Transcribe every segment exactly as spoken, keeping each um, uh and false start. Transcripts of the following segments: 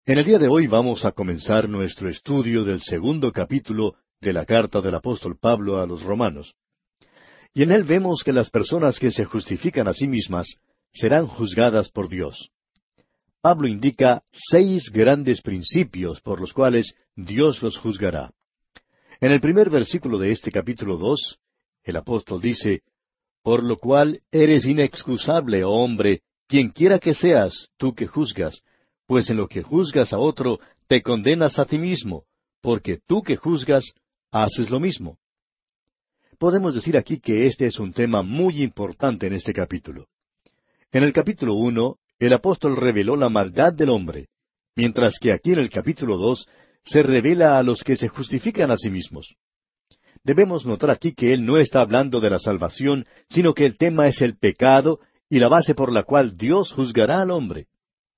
En el día de hoy vamos a comenzar nuestro estudio del segundo capítulo de la carta del apóstol Pablo a los Romanos. Y en él vemos que las personas que se justifican a sí mismas serán juzgadas por Dios. Pablo indica seis grandes principios por los cuales Dios los juzgará. En el primer versículo de este capítulo dos, el apóstol dice, «Por lo cual eres inexcusable, oh hombre, quienquiera que seas, tú que juzgas, pues en lo que juzgas a otro, te condenas a ti mismo, porque tú que juzgas, haces lo mismo». Podemos decir aquí que este es un tema muy importante en este capítulo. En el capítulo uno, el apóstol reveló la maldad del hombre, mientras que aquí en el capítulo dos se revela a los que se justifican a sí mismos. Debemos notar aquí que él no está hablando de la salvación, sino que el tema es el pecado y la base por la cual Dios juzgará al hombre.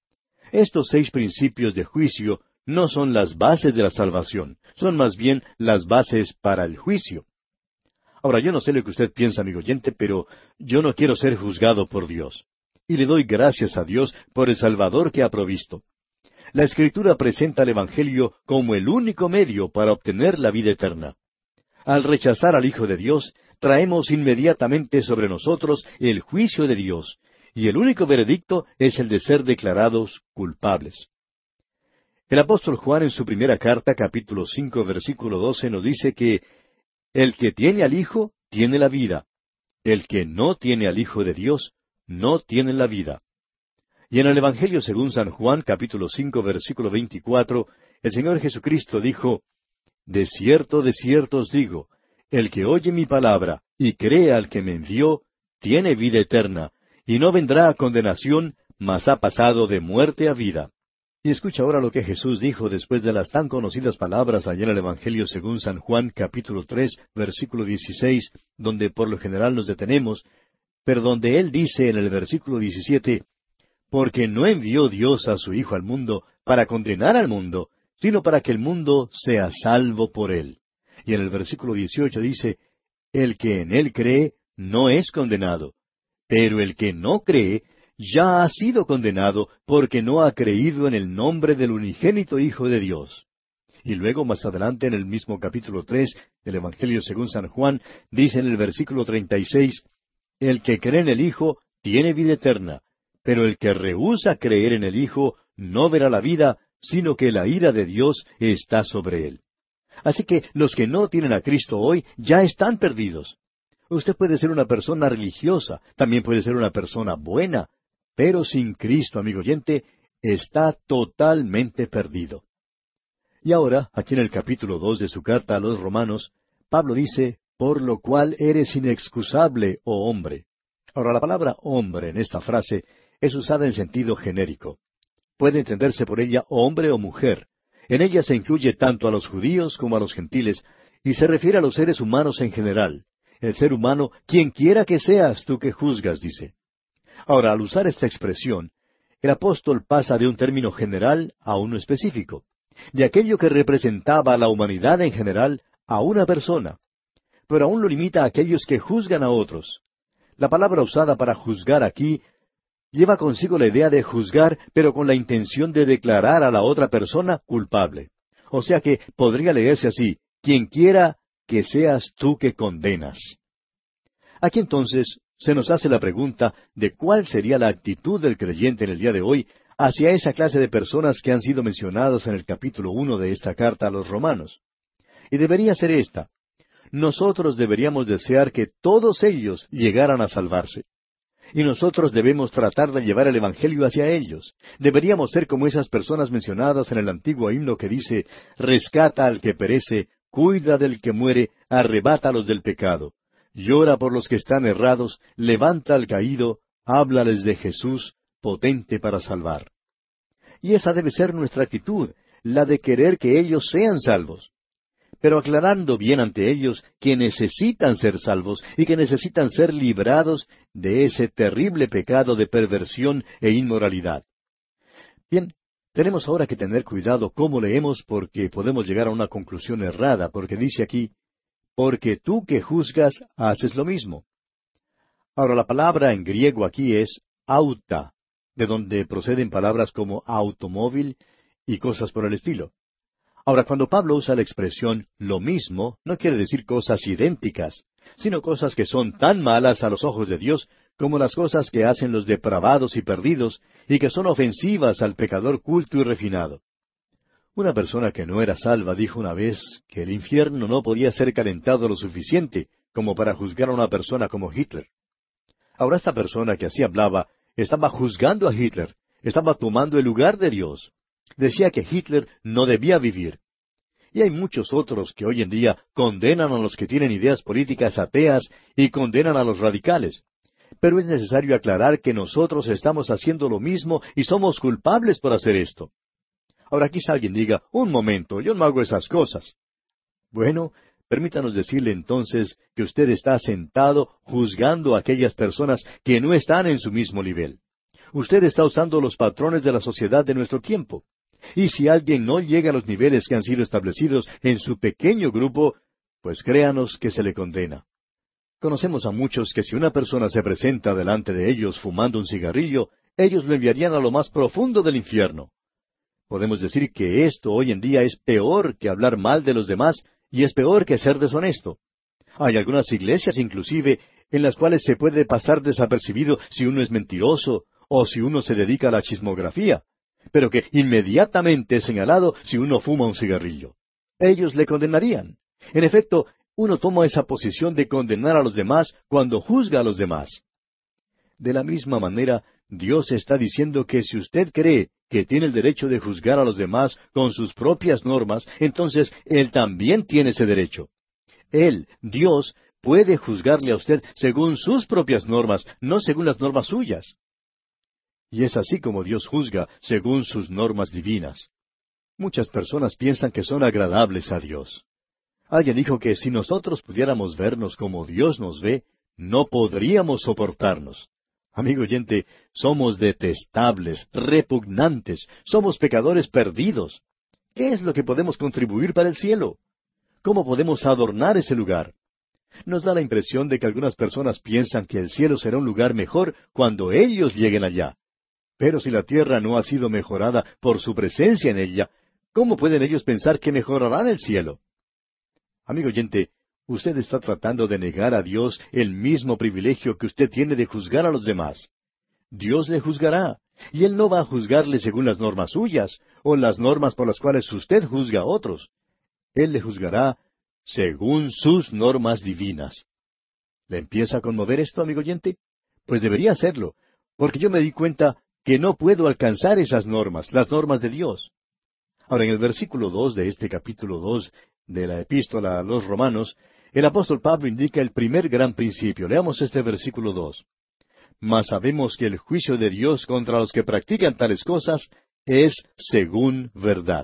Estos seis principios de juicio no son las bases de la salvación, son más bien las bases para el juicio. Ahora, yo no sé lo que usted piensa, amigo oyente, pero yo no quiero ser juzgado por Dios. Y le doy gracias a Dios por el Salvador que ha provisto. La Escritura presenta el Evangelio como el único medio para obtener la vida eterna. Al rechazar al Hijo de Dios, traemos inmediatamente sobre nosotros el juicio de Dios, y el único veredicto es el de ser declarados culpables. El apóstol Juan en su primera carta, capítulo cinco, versículo doce, nos dice que el que tiene al Hijo tiene la vida. El que no tiene al Hijo de Dios no tiene la vida. Y en el Evangelio según San Juan, capítulo cinco, versículo veinticuatro, el Señor Jesucristo dijo, «De cierto, de cierto os digo, el que oye mi palabra y cree al que me envió, tiene vida eterna, y no vendrá a condenación, mas ha pasado de muerte a vida». Y escucha ahora lo que Jesús dijo después de las tan conocidas palabras allá en el Evangelio según San Juan, capítulo tres, versículo dieciséis, donde por lo general nos detenemos, pero donde Él dice en el versículo diecisiete, «Porque no envió Dios a su Hijo al mundo para condenar al mundo, sino para que el mundo sea salvo por Él». Y en el versículo dieciocho dice, «El que en Él cree no es condenado, pero el que no cree ya ha sido condenado porque no ha creído en el nombre del unigénito Hijo de Dios». Y luego más adelante en el mismo capítulo tres del Evangelio según San Juan, dice en el versículo treinta y seis, «El que cree en el Hijo tiene vida eterna, pero el que rehúsa creer en el Hijo no verá la vida, sino que la ira de Dios está sobre él». Así que los que no tienen a Cristo hoy ya están perdidos. Usted puede ser una persona religiosa, también puede ser una persona buena, pero sin Cristo, amigo oyente, está totalmente perdido. Y ahora, aquí en el capítulo dos de su carta a los Romanos, Pablo dice, «Por lo cual eres inexcusable, oh hombre». Ahora, la palabra hombre en esta frase es usada en sentido genérico. Puede entenderse por ella hombre o mujer. En ella se incluye tanto a los judíos como a los gentiles, y se refiere a los seres humanos en general. El ser humano, quien quiera que seas, tú que juzgas, dice. Ahora, al usar esta expresión, el apóstol pasa de un término general a uno específico, de aquello que representaba a la humanidad en general a una persona, pero aún lo limita a aquellos que juzgan a otros. La palabra usada para juzgar aquí lleva consigo la idea de juzgar, pero con la intención de declarar a la otra persona culpable. O sea que podría leerse así, «Quien quiera que seas tú que condenas». Aquí entonces se nos hace la pregunta de cuál sería la actitud del creyente en el día de hoy hacia esa clase de personas que han sido mencionadas en el capítulo uno de esta carta a los Romanos. Y debería ser esta: nosotros deberíamos desear que todos ellos llegaran a salvarse. Y nosotros debemos tratar de llevar el Evangelio hacia ellos. Deberíamos ser como esas personas mencionadas en el antiguo himno que dice, «Rescata al que perece, cuida del que muere, arrebata a los del pecado. Llora por los que están errados, levanta al caído, háblales de Jesús, potente para salvar». Y esa debe ser nuestra actitud, la de querer que ellos sean salvos. Pero aclarando bien ante ellos que necesitan ser salvos y que necesitan ser librados de ese terrible pecado de perversión e inmoralidad. Bien, tenemos ahora que tener cuidado cómo leemos porque podemos llegar a una conclusión errada, porque dice aquí, «Porque tú que juzgas haces lo mismo». Ahora la palabra en griego aquí es auta, de donde proceden palabras como automóvil y cosas por el estilo. Ahora, cuando Pablo usa la expresión lo mismo, no quiere decir cosas idénticas, sino cosas que son tan malas a los ojos de Dios como las cosas que hacen los depravados y perdidos y que son ofensivas al pecador culto y refinado. Una persona que no era salva dijo una vez que el infierno no podía ser calentado lo suficiente como para juzgar a una persona como Hitler. Ahora esta persona que así hablaba estaba juzgando a Hitler, estaba tomando el lugar de Dios. Decía que Hitler no debía vivir. Y hay muchos otros que hoy en día condenan a los que tienen ideas políticas ateas y condenan a los radicales. Pero es necesario aclarar que nosotros estamos haciendo lo mismo y somos culpables por hacer esto. Ahora quizá alguien diga, un momento, yo no hago esas cosas. Bueno, permítanos decirle entonces que usted está sentado juzgando a aquellas personas que no están en su mismo nivel. Usted está usando los patrones de la sociedad de nuestro tiempo. Y si alguien no llega a los niveles que han sido establecidos en su pequeño grupo, pues créanos que se le condena. Conocemos a muchos que si una persona se presenta delante de ellos fumando un cigarrillo, ellos lo enviarían a lo más profundo del infierno. Podemos decir que esto hoy en día es peor que hablar mal de los demás y es peor que ser deshonesto. Hay algunas iglesias inclusive en las cuales se puede pasar desapercibido si uno es mentiroso o si uno se dedica a la chismografía, pero que inmediatamente es señalado si uno fuma un cigarrillo. Ellos le condenarían. En efecto, uno toma esa posición de condenar a los demás cuando juzga a los demás. De la misma manera, Dios está diciendo que si usted cree que tiene el derecho de juzgar a los demás con sus propias normas, entonces Él también tiene ese derecho. Él, Dios, puede juzgarle a usted según sus propias normas, no según las normas suyas. Y es así como Dios juzga, según sus normas divinas. Muchas personas piensan que son agradables a Dios. Alguien dijo que si nosotros pudiéramos vernos como Dios nos ve, no podríamos soportarnos. Amigo oyente, somos detestables, repugnantes, somos pecadores perdidos. ¿Qué es lo que podemos contribuir para el cielo? ¿Cómo podemos adornar ese lugar? Nos da la impresión de que algunas personas piensan que el cielo será un lugar mejor cuando ellos lleguen allá. Pero si la tierra no ha sido mejorada por su presencia en ella, ¿cómo pueden ellos pensar que mejorarán el cielo? Amigo oyente, usted está tratando de negar a Dios el mismo privilegio que usted tiene de juzgar a los demás. Dios le juzgará, y Él no va a juzgarle según las normas suyas, o las normas por las cuales usted juzga a otros. Él le juzgará según sus normas divinas. ¿Le empieza a conmover esto, amigo oyente? Pues debería hacerlo, porque yo me di cuenta que no puedo alcanzar esas normas, las normas de Dios. Ahora, en el versículo dos de este capítulo dos de la epístola a los Romanos, el apóstol Pablo indica el primer gran principio. Leamos este versículo dos. Mas sabemos que el juicio de Dios contra los que practican tales cosas es según verdad.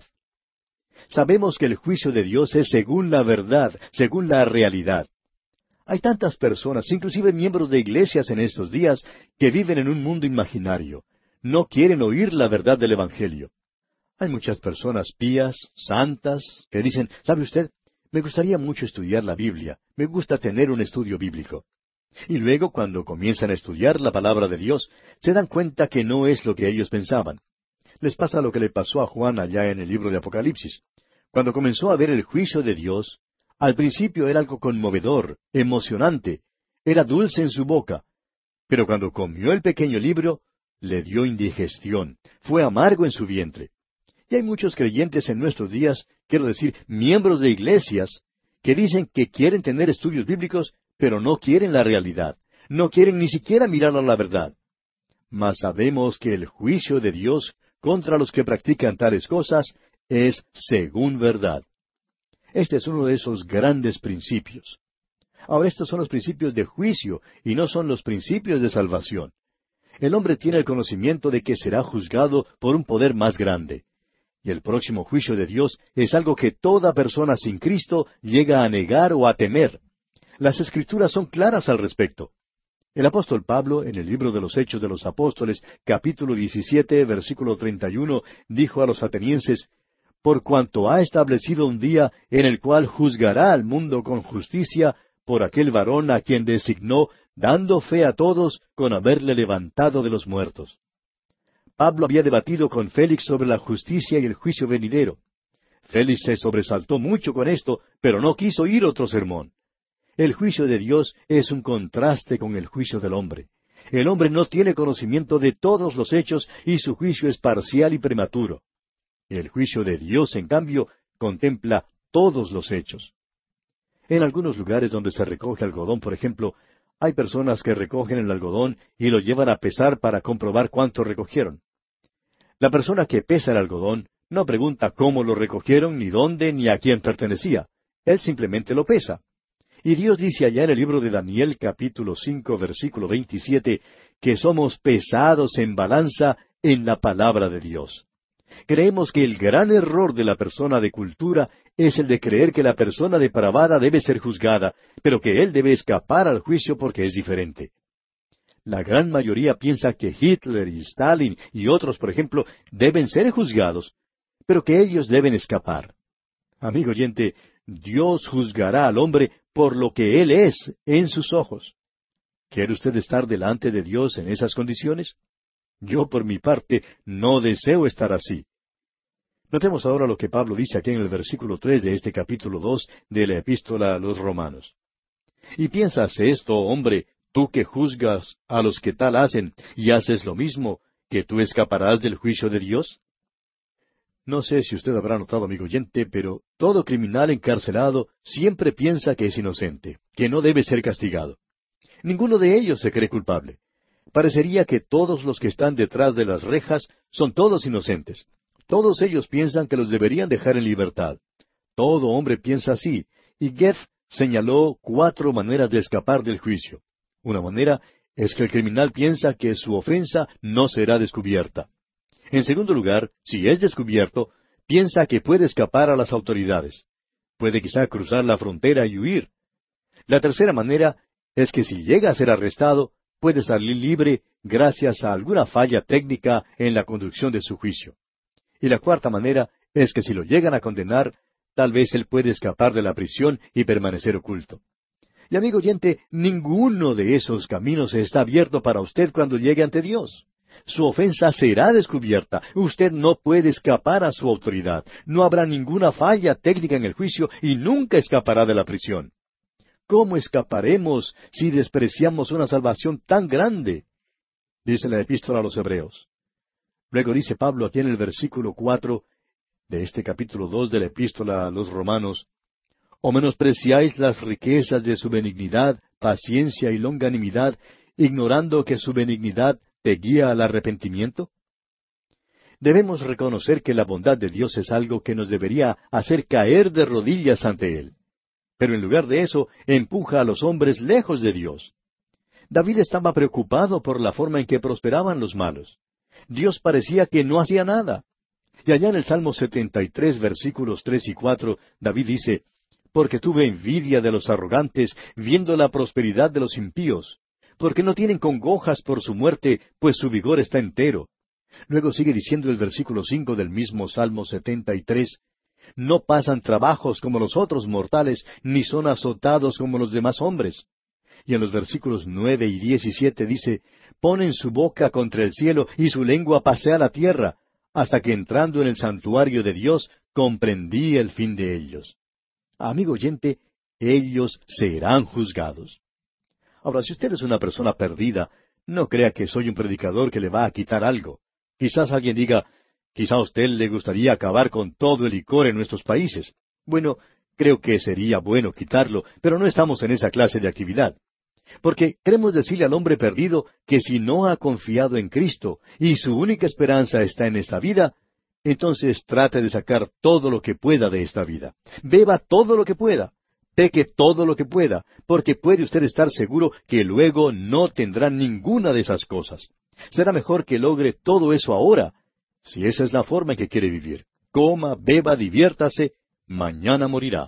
Sabemos que el juicio de Dios es según la verdad, según la realidad. Hay tantas personas, inclusive miembros de iglesias en estos días, que viven en un mundo imaginario. No quieren oír la verdad del Evangelio. Hay muchas personas pías, santas, que dicen, ¿sabe usted? Me gustaría mucho estudiar la Biblia, me gusta tener un estudio bíblico. Y luego, cuando comienzan a estudiar la palabra de Dios, se dan cuenta que no es lo que ellos pensaban. Les pasa lo que le pasó a Juan allá en el libro de Apocalipsis. Cuando comenzó a ver el juicio de Dios, al principio era algo conmovedor, emocionante, era dulce en su boca, pero cuando comió el pequeño libro, le dio indigestión, fue amargo en su vientre. Y hay muchos creyentes en nuestros días, quiero decir, miembros de iglesias, que dicen que quieren tener estudios bíblicos, pero no quieren la realidad, no quieren ni siquiera mirar a la verdad. Mas sabemos que el juicio de Dios contra los que practican tales cosas es según verdad. Este es uno de esos grandes principios. Ahora, estos son los principios de juicio y no son los principios de salvación. El hombre tiene el conocimiento de que será juzgado por un poder más grande. Y el próximo juicio de Dios es algo que toda persona sin Cristo llega a negar o a temer. Las Escrituras son claras al respecto. El apóstol Pablo, en el libro de los Hechos de los Apóstoles, capítulo diecisiete, versículo treinta y uno, dijo a los atenienses, por cuanto ha establecido un día en el cual juzgará al mundo con justicia por aquel varón a quien designó, dando fe a todos con haberle levantado de los muertos. Pablo había debatido con Félix sobre la justicia y el juicio venidero. Félix se sobresaltó mucho con esto, pero no quiso oír otro sermón. El juicio de Dios es un contraste con el juicio del hombre. El hombre no tiene conocimiento de todos los hechos y su juicio es parcial y prematuro. El juicio de Dios, en cambio, contempla todos los hechos. En algunos lugares donde se recoge algodón, por ejemplo, hay personas que recogen el algodón y lo llevan a pesar para comprobar cuánto recogieron. La persona que pesa el algodón no pregunta cómo lo recogieron, ni dónde, ni a quién pertenecía. Él simplemente lo pesa. Y Dios dice allá en el libro de Daniel, capítulo cinco, versículo veintisiete, que somos pesados en balanza en la palabra de Dios. Creemos que el gran error de la persona de cultura es el de creer que la persona depravada debe ser juzgada, pero que él debe escapar al juicio porque es diferente. La gran mayoría piensa que Hitler y Stalin y otros, por ejemplo, deben ser juzgados, pero que ellos deben escapar. Amigo oyente, Dios juzgará al hombre por lo que él es en sus ojos. ¿Quiere usted estar delante de Dios en esas condiciones? Yo, por mi parte, no deseo estar así. Notemos ahora lo que Pablo dice aquí en el versículo tres de este capítulo dos de la Epístola a los Romanos. ¿Y piensas esto, hombre, tú que juzgas a los que tal hacen, y haces lo mismo, que tú escaparás del juicio de Dios? No sé si usted habrá notado, amigo oyente, pero todo criminal encarcelado siempre piensa que es inocente, que no debe ser castigado. Ninguno de ellos se cree culpable. Parecería que todos los que están detrás de las rejas son todos inocentes. Todos ellos piensan que los deberían dejar en libertad. Todo hombre piensa así, y Goethe señaló cuatro maneras de escapar del juicio. Una manera es que el criminal piensa que su ofensa no será descubierta. En segundo lugar, si es descubierto, piensa que puede escapar a las autoridades. Puede quizá cruzar la frontera y huir. La tercera manera es que si llega a ser arrestado, puede salir libre gracias a alguna falla técnica en la conducción de su juicio. Y la cuarta manera es que si lo llegan a condenar, tal vez él puede escapar de la prisión y permanecer oculto. Y amigo oyente, ninguno de esos caminos está abierto para usted cuando llegue ante Dios. Su ofensa será descubierta. Usted no puede escapar a su autoridad. No habrá ninguna falla técnica en el juicio y nunca escapará de la prisión. ¿Cómo escaparemos si despreciamos una salvación tan grande? Dice la Epístola a los Hebreos. Luego dice Pablo aquí en el versículo cuatro de este capítulo dos de la Epístola a los Romanos, ¿o menospreciáis las riquezas de su benignidad, paciencia y longanimidad, ignorando que su benignidad te guía al arrepentimiento? Debemos reconocer que la bondad de Dios es algo que nos debería hacer caer de rodillas ante Él. Pero en lugar de eso, empuja a los hombres lejos de Dios. David estaba preocupado por la forma en que prosperaban los malos. Dios parecía que no hacía nada. Y allá en el Salmo setenta y tres, versículos tres y cuatro, David dice, «Porque tuve envidia de los arrogantes, viendo la prosperidad de los impíos, porque no tienen congojas por su muerte, pues su vigor está entero». Luego sigue diciendo el versículo cinco del mismo Salmo setenta y tres, «No pasan trabajos como los otros mortales, ni son azotados como los demás hombres». Y en los versículos nueve y diecisiete dice, «Ponen su boca contra el cielo, y su lengua pasea la tierra, hasta que entrando en el santuario de Dios, comprendí el fin de ellos». Amigo oyente, ellos serán juzgados. Ahora, si usted es una persona perdida, no crea que soy un predicador que le va a quitar algo. Quizás alguien diga, quizá a usted le gustaría acabar con todo el licor en nuestros países. Bueno, creo que sería bueno quitarlo, pero no estamos en esa clase de actividad. Porque queremos decirle al hombre perdido que si no ha confiado en Cristo y su única esperanza está en esta vida, entonces trate de sacar todo lo que pueda de esta vida. Beba todo lo que pueda. Peque todo lo que pueda, porque puede usted estar seguro que luego no tendrá ninguna de esas cosas. Será mejor que logre todo eso ahora, si esa es la forma en que quiere vivir. Coma, beba, diviértase, mañana morirá.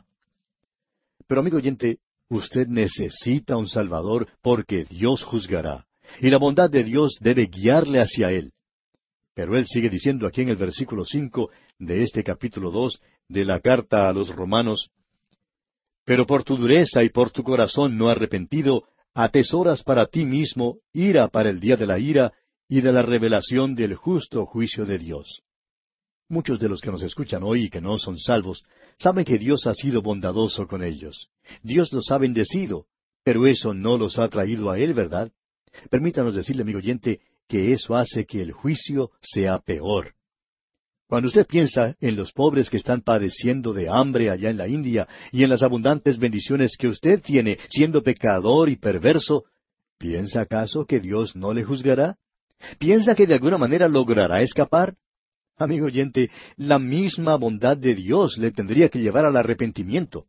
Pero amigo oyente, usted necesita un Salvador porque Dios juzgará, y la bondad de Dios debe guiarle hacia Él. Pero Él sigue diciendo aquí en el versículo cinco de este capítulo dos de la carta a los Romanos, «Pero por tu dureza y por tu corazón no arrepentido, atesoras para ti mismo ira para el día de la ira, y de la revelación del justo juicio de Dios. Muchos de los que nos escuchan hoy y que no son salvos, saben que Dios ha sido bondadoso con ellos. Dios los ha bendecido, pero eso no los ha traído a Él, ¿verdad? Permítanos decirle, amigo oyente, que eso hace que el juicio sea peor. Cuando usted piensa en los pobres que están padeciendo de hambre allá en la India y en las abundantes bendiciones que usted tiene siendo pecador y perverso, ¿piensa acaso que Dios no le juzgará? ¿Piensa que de alguna manera logrará escapar? Amigo oyente, la misma bondad de Dios le tendría que llevar al arrepentimiento.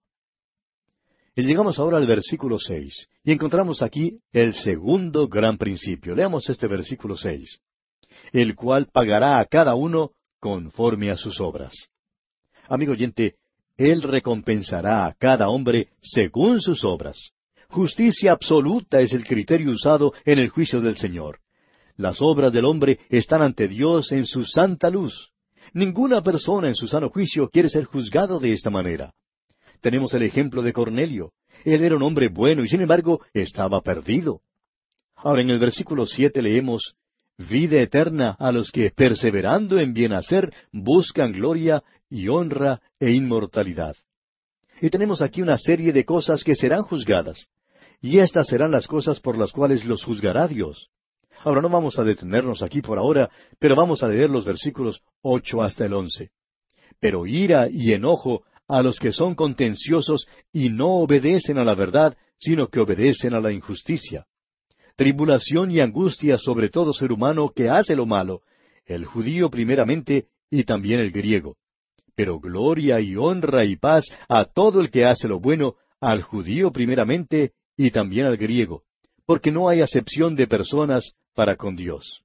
Y llegamos ahora al versículo seis, y encontramos aquí el segundo gran principio. Leamos este versículo seis. El cual pagará a cada uno conforme a sus obras. Amigo oyente, Él recompensará a cada hombre según sus obras. Justicia absoluta es el criterio usado en el juicio del Señor. Las obras del hombre están ante Dios en su santa luz. Ninguna persona en su sano juicio quiere ser juzgado de esta manera. Tenemos el ejemplo de Cornelio. Él era un hombre bueno y sin embargo estaba perdido. Ahora en el versículo siete leemos, vida eterna a los que, perseverando en bien hacer, buscan gloria y honra e inmortalidad. Y tenemos aquí una serie de cosas que serán juzgadas. Y estas serán las cosas por las cuales los juzgará Dios. Ahora no vamos a detenernos aquí por ahora, pero vamos a leer los versículos ocho hasta el once. Pero ira y enojo a los que son contenciosos y no obedecen a la verdad, sino que obedecen a la injusticia. Tribulación y angustia sobre todo ser humano que hace lo malo, el judío primeramente y también el griego. Pero gloria y honra y paz a todo el que hace lo bueno, al judío primeramente y también al griego, porque no hay acepción de personas para con Dios.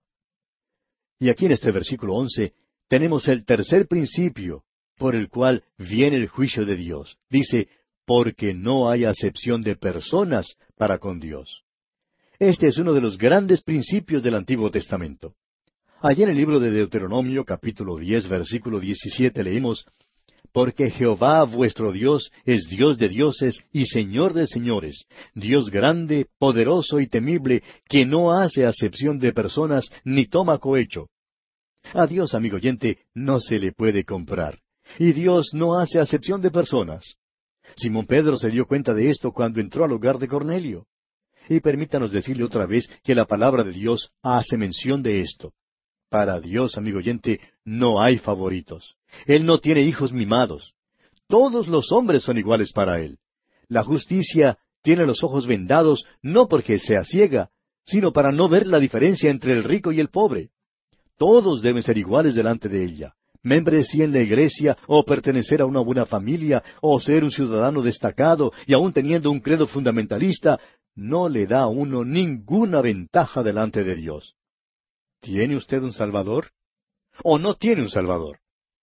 Y aquí en este versículo once tenemos el tercer principio por el cual viene el juicio de Dios. Dice, porque no hay acepción de personas para con Dios. Este es uno de los grandes principios del Antiguo Testamento. Allá en el libro de Deuteronomio, capítulo diez, versículo diecisiete, leemos, porque Jehová vuestro Dios es Dios de dioses y Señor de señores, Dios grande, poderoso y temible, que no hace acepción de personas ni toma cohecho. A Dios, amigo oyente, no se le puede comprar. Y Dios no hace acepción de personas. Simón Pedro se dio cuenta de esto cuando entró al hogar de Cornelio. Y permítanos decirle otra vez que la palabra de Dios hace mención de esto. Para Dios, amigo oyente, no hay favoritos. Él no tiene hijos mimados. Todos los hombres son iguales para Él. La justicia tiene los ojos vendados no porque sea ciega, sino para no ver la diferencia entre el rico y el pobre. Todos deben ser iguales delante de ella. Membresía en la iglesia, o pertenecer a una buena familia, o ser un ciudadano destacado, y aun teniendo un credo fundamentalista, no le da a uno ninguna ventaja delante de Dios. ¿Tiene usted un Salvador? ¿O no tiene un Salvador?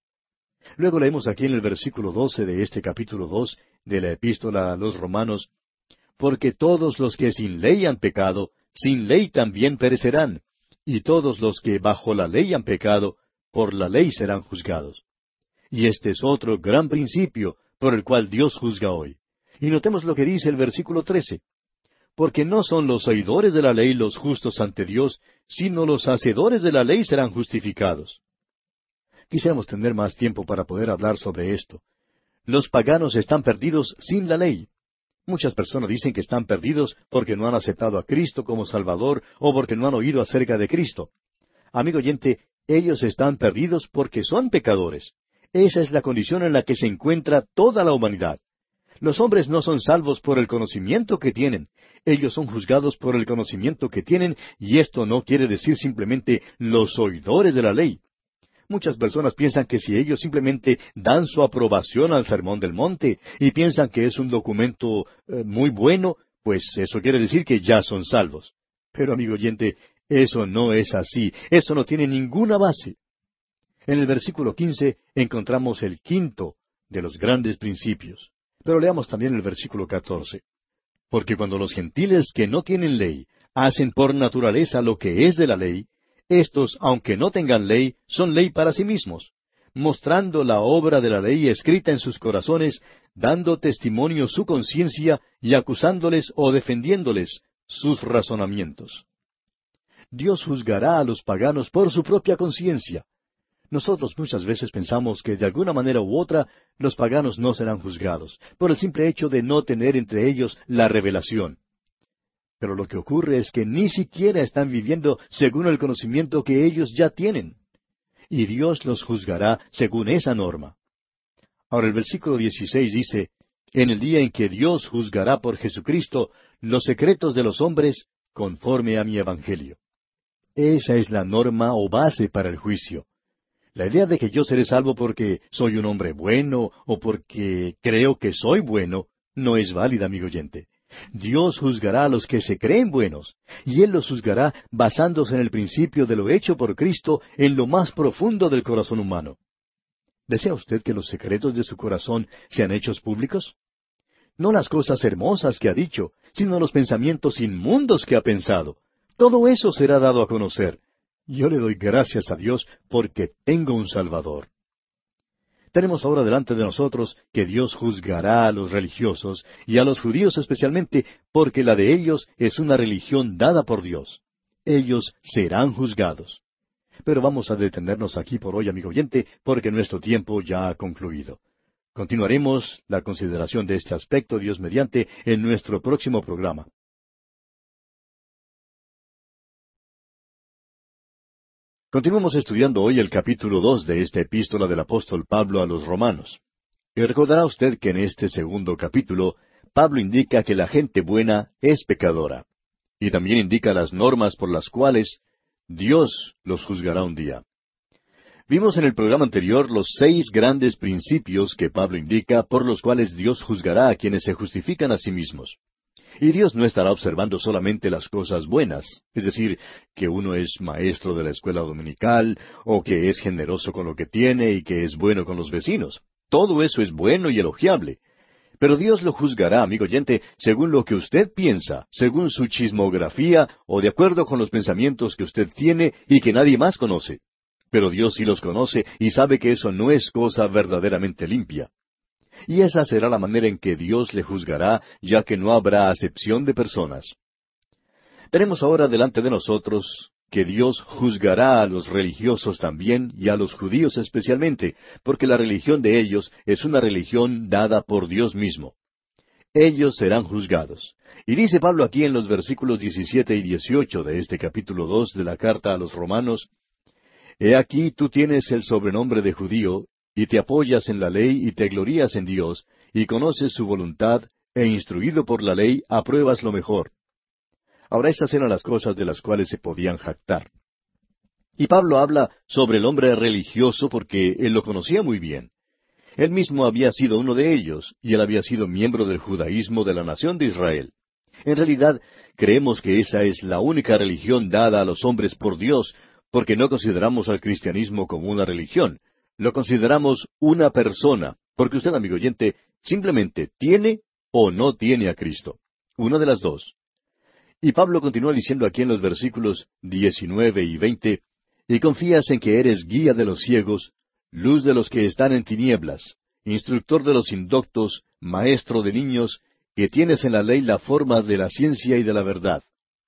Luego leemos aquí en el versículo doce de este capítulo dos de la Epístola a los Romanos, porque todos los que sin ley han pecado, sin ley también perecerán, y todos los que bajo la ley han pecado, por la ley serán juzgados. Y este es otro gran principio por el cual Dios juzga hoy. Y notemos lo que dice el versículo trece. Porque no son los oidores de la ley los justos ante Dios, sino los hacedores de la ley serán justificados. Quisiéramos tener más tiempo para poder hablar sobre esto. Los paganos están perdidos sin la ley. Muchas personas dicen que están perdidos porque no han aceptado a Cristo como Salvador o porque no han oído acerca de Cristo. Amigo oyente, ellos están perdidos porque son pecadores. Esa es la condición en la que se encuentra toda la humanidad. Los hombres no son salvos por el conocimiento que tienen. Ellos son juzgados por el conocimiento que tienen, y esto no quiere decir simplemente los oidores de la ley. Muchas personas piensan que si ellos simplemente dan su aprobación al Sermón del Monte y piensan que es un documento eh, muy bueno, pues eso quiere decir que ya son salvos. Pero, amigo oyente, eso no es así. Eso no tiene ninguna base. En el versículo quince encontramos el quinto de los grandes principios. Pero leamos también el versículo catorce. Porque cuando los gentiles que no tienen ley hacen por naturaleza lo que es de la ley, éstos, aunque no tengan ley, son ley para sí mismos, mostrando la obra de la ley escrita en sus corazones, dando testimonio su conciencia y acusándoles o defendiéndoles sus razonamientos. Dios juzgará a los paganos por su propia conciencia. Nosotros muchas veces pensamos que de alguna manera u otra los paganos no serán juzgados, por el simple hecho de no tener entre ellos la revelación. Pero lo que ocurre es que ni siquiera están viviendo según el conocimiento que ellos ya tienen. Y Dios los juzgará según esa norma. Ahora el versículo dieciséis dice, en el día en que Dios juzgará por Jesucristo los secretos de los hombres conforme a mi evangelio. Esa es la norma o base para el juicio. La idea de que yo seré salvo porque soy un hombre bueno o porque creo que soy bueno no es válida, amigo oyente. Dios juzgará a los que se creen buenos, y Él los juzgará basándose en el principio de lo hecho por Cristo en lo más profundo del corazón humano. ¿Desea usted que los secretos de su corazón sean hechos públicos? No las cosas hermosas que ha dicho, sino los pensamientos inmundos que ha pensado. Todo eso será dado a conocer. Yo le doy gracias a Dios porque tengo un Salvador. Tenemos ahora delante de nosotros que Dios juzgará a los religiosos y a los judíos especialmente porque la de ellos es una religión dada por Dios. Ellos serán juzgados. Pero vamos a detenernos aquí por hoy, amigo oyente, porque nuestro tiempo ya ha concluido. Continuaremos la consideración de este aspecto, Dios mediante, en nuestro próximo programa. Continuamos estudiando hoy el capítulo dos de esta epístola del apóstol Pablo a los Romanos. Y recordará usted que en este segundo capítulo, Pablo indica que la gente buena es pecadora. Y también indica las normas por las cuales Dios los juzgará un día. Vimos en el programa anterior los seis grandes principios que Pablo indica por los cuales Dios juzgará a quienes se justifican a sí mismos. Y Dios no estará observando solamente las cosas buenas, es decir, que uno es maestro de la escuela dominical, o que es generoso con lo que tiene y que es bueno con los vecinos. Todo eso es bueno y elogiable. Pero Dios lo juzgará, amigo oyente, según lo que usted piensa, según su chismografía o de acuerdo con los pensamientos que usted tiene y que nadie más conoce. Pero Dios sí los conoce y sabe que eso no es cosa verdaderamente limpia. Y esa será la manera en que Dios le juzgará, ya que no habrá acepción de personas. Tenemos ahora delante de nosotros que Dios juzgará a los religiosos también y a los judíos especialmente, porque la religión de ellos es una religión dada por Dios mismo. Ellos serán juzgados. Y dice Pablo aquí en los versículos diecisiete y dieciocho de este capítulo dos de la carta a los Romanos, He aquí tú tienes el sobrenombre de judío, y te apoyas en la ley y te glorías en Dios, y conoces su voluntad, e instruido por la ley, apruebas lo mejor. Ahora esas eran las cosas de las cuales se podían jactar. Y Pablo habla sobre el hombre religioso porque él lo conocía muy bien. Él mismo había sido uno de ellos, y él había sido miembro del judaísmo de la nación de Israel. En realidad, creemos que esa es la única religión dada a los hombres por Dios, porque no consideramos al cristianismo como una religión. Lo consideramos una persona, porque usted, amigo oyente, simplemente tiene o no tiene a Cristo. Una de las dos. Y Pablo continúa diciendo aquí en los versículos diecinueve y veinte, y confías en que eres guía de los ciegos, luz de los que están en tinieblas, instructor de los indoctos, maestro de niños, que tienes en la ley la forma de la ciencia y de la verdad.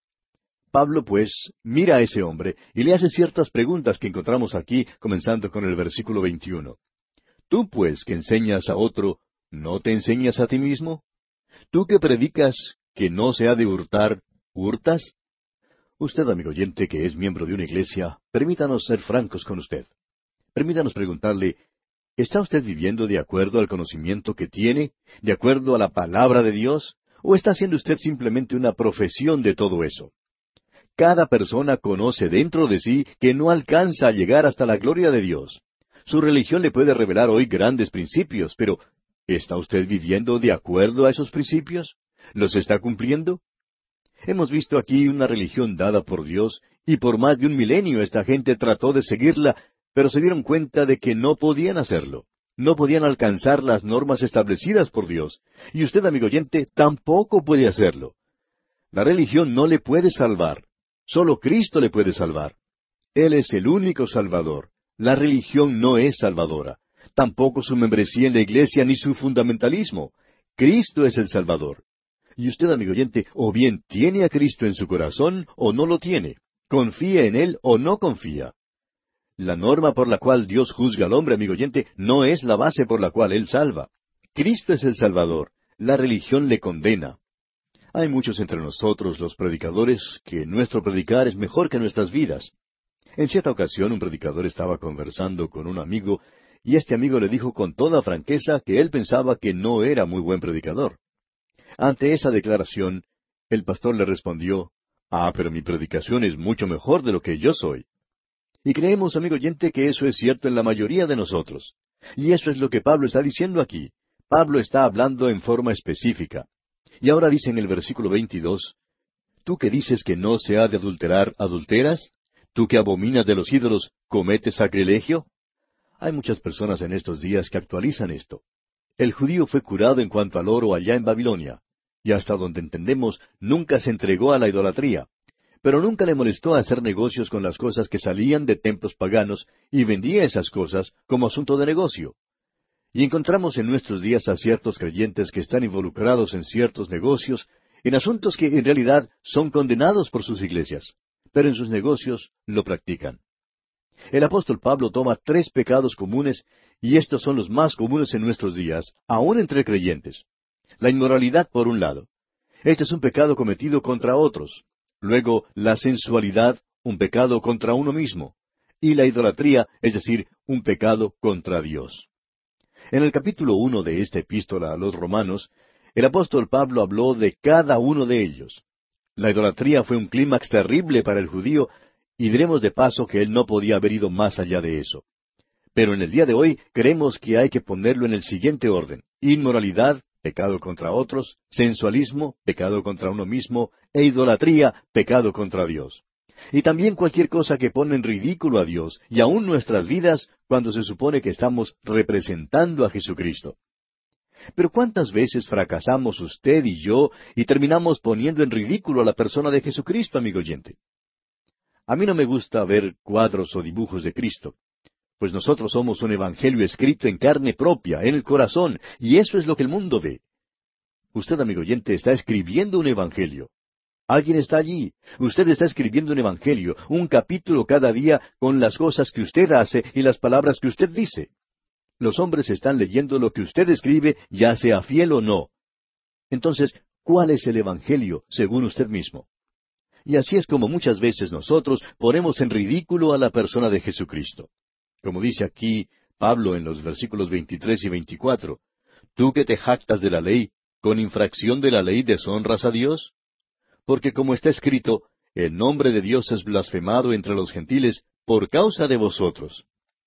Pablo, pues, mira a ese hombre y le hace ciertas preguntas que encontramos aquí, comenzando con el versículo veintiuno. Tú, pues, que enseñas a otro, ¿no te enseñas a ti mismo? Tú que predicas que no se ha de hurtar, ¿hurtas? Usted, amigo oyente, que es miembro de una iglesia, permítanos ser francos con usted. Permítanos preguntarle, ¿está usted viviendo de acuerdo al conocimiento que tiene, de acuerdo a la palabra de Dios, o está haciendo usted simplemente una profesión de todo eso? Cada persona conoce dentro de sí que no alcanza a llegar hasta la gloria de Dios. Su religión le puede revelar hoy grandes principios, pero ¿está usted viviendo de acuerdo a esos principios? ¿Los está cumpliendo? Hemos visto aquí una religión dada por Dios, y por más de un milenio esta gente trató de seguirla, pero se dieron cuenta de que no podían hacerlo. No podían alcanzar las normas establecidas por Dios. Y usted, amigo oyente, tampoco puede hacerlo. La religión no le puede salvar. Solo Cristo le puede salvar. Él es el único Salvador. La religión no es salvadora. Tampoco su membresía en la iglesia ni su fundamentalismo. Cristo es el Salvador. Y usted, amigo oyente, o bien tiene a Cristo en su corazón o no lo tiene. confía en Él o no confía. La norma por la cual Dios juzga al hombre, amigo oyente, no es la base por la cual Él salva. Cristo es el Salvador. La religión le condena. Hay muchos entre nosotros, los predicadores, que nuestro predicar es mejor que nuestras vidas. En cierta ocasión un predicador estaba conversando con un amigo, y este amigo le dijo con toda franqueza que él pensaba que no era muy buen predicador. Ante esa declaración, el pastor le respondió, «Ah, pero mi predicación es mucho mejor de lo que yo soy». Y creemos, amigo oyente, que eso es cierto en la mayoría de nosotros. Y eso es lo que Pablo está diciendo aquí. Pablo está hablando en forma específica. Y ahora dice en el versículo veintidós, «Tú que dices que no se ha de adulterar, ¿adulteras? ¿Tú que abominas de los ídolos, cometes sacrilegio?» Hay muchas personas en estos días que actualizan esto. El judío fue curado en cuanto al oro allá en Babilonia, y hasta donde entendemos, nunca se entregó a la idolatría, pero nunca le molestó hacer negocios con las cosas que salían de templos paganos, y vendía esas cosas como asunto de negocio. Y encontramos en nuestros días a ciertos creyentes que están involucrados en ciertos negocios, en asuntos que en realidad son condenados por sus iglesias, pero en sus negocios lo practican. El apóstol Pablo toma tres pecados comunes, y estos son los más comunes en nuestros días, aún entre creyentes. La inmoralidad, por un lado. Este es un pecado cometido contra otros. Luego, la sensualidad, un pecado contra uno mismo. Y la idolatría, es decir, un pecado contra Dios. En el capítulo uno de esta epístola a los Romanos, el apóstol Pablo habló de cada uno de ellos. La idolatría fue un clímax terrible para el judío, y diremos de paso que él no podía haber ido más allá de eso. Pero en el día de hoy creemos que hay que ponerlo en el siguiente orden: inmoralidad, pecado contra otros; sensualismo, pecado contra uno mismo; e idolatría, pecado contra Dios. Y también cualquier cosa que pone en ridículo a Dios, y aun nuestras vidas, cuando se supone que estamos representando a Jesucristo. Pero ¿cuántas veces fracasamos usted y yo y terminamos poniendo en ridículo a la persona de Jesucristo, amigo oyente? A mí no me gusta ver cuadros o dibujos de Cristo, pues nosotros somos un evangelio escrito en carne propia, en el corazón, y eso es lo que el mundo ve. Usted, amigo oyente, está escribiendo un evangelio. Alguien está allí. Usted está escribiendo un evangelio, un capítulo cada día con las cosas que usted hace y las palabras que usted dice. Los hombres están leyendo lo que usted escribe, ya sea fiel o no. Entonces, ¿cuál es el evangelio según usted mismo? Y así es como muchas veces nosotros ponemos en ridículo a la persona de Jesucristo. Como dice aquí Pablo en los versículos veintitrés y veinticuatro, «Tú que te jactas de la ley, ¿con infracción de la ley deshonras a Dios? Porque como está escrito, el nombre de Dios es blasfemado entre los gentiles por causa de vosotros».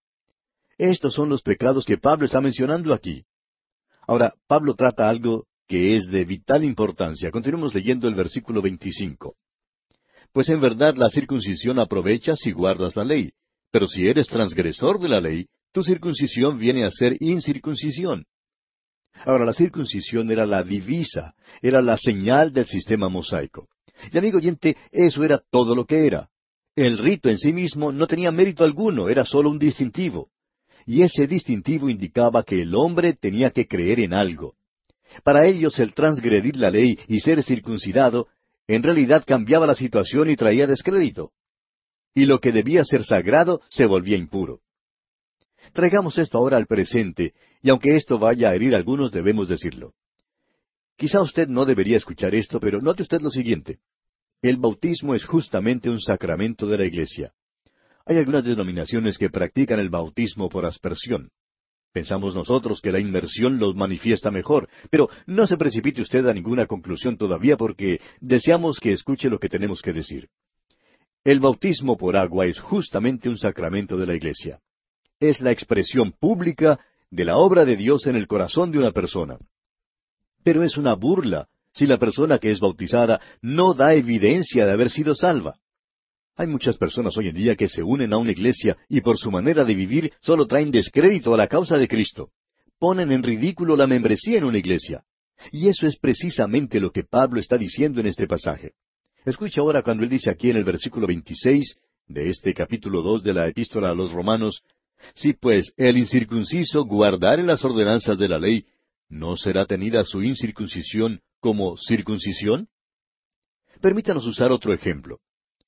Estos son los pecados que Pablo está mencionando aquí. Ahora, Pablo trata algo que es de vital importancia. Continuemos leyendo el versículo veinticinco. «Pues en verdad la circuncisión aprovecha si guardas la ley, pero si eres transgresor de la ley, tu circuncisión viene a ser incircuncisión». Ahora, la circuncisión era la divisa, era la señal del sistema mosaico. Y amigo oyente, eso era todo lo que era. El rito en sí mismo no tenía mérito alguno, era solo un distintivo. Y ese distintivo indicaba que el hombre tenía que creer en algo. Para ellos el transgredir la ley y ser circuncidado, en realidad cambiaba la situación y traía descrédito. Y lo que debía ser sagrado se volvía impuro. Traigamos esto ahora al presente, y aunque esto vaya a herir a algunos, debemos decirlo. Quizá usted no debería escuchar esto, pero note usted lo siguiente. El bautismo es justamente un sacramento de la Iglesia. Hay algunas denominaciones que practican el bautismo por aspersión. Pensamos nosotros que la inmersión los manifiesta mejor, pero no se precipite usted a ninguna conclusión todavía porque deseamos que escuche lo que tenemos que decir. El bautismo por agua es justamente un sacramento de la Iglesia. Es la expresión pública de la obra de Dios en el corazón de una persona. Pero es una burla si la persona que es bautizada no da evidencia de haber sido salva. Hay muchas personas hoy en día que se unen a una iglesia y por su manera de vivir solo traen descrédito a la causa de Cristo. Ponen en ridículo la membresía en una iglesia. Y eso es precisamente lo que Pablo está diciendo en este pasaje. Escucha ahora cuando él dice aquí en el versículo veintiséis de este capítulo dos de la epístola a los Romanos, «Si pues el incircunciso guardare las ordenanzas de la ley, ¿no será tenida su incircuncisión como circuncisión?» Permítanos usar otro ejemplo.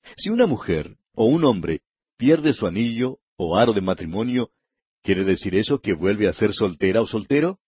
Si una mujer o un hombre pierde su anillo o aro de matrimonio, ¿quiere decir eso que vuelve a ser soltera o soltero?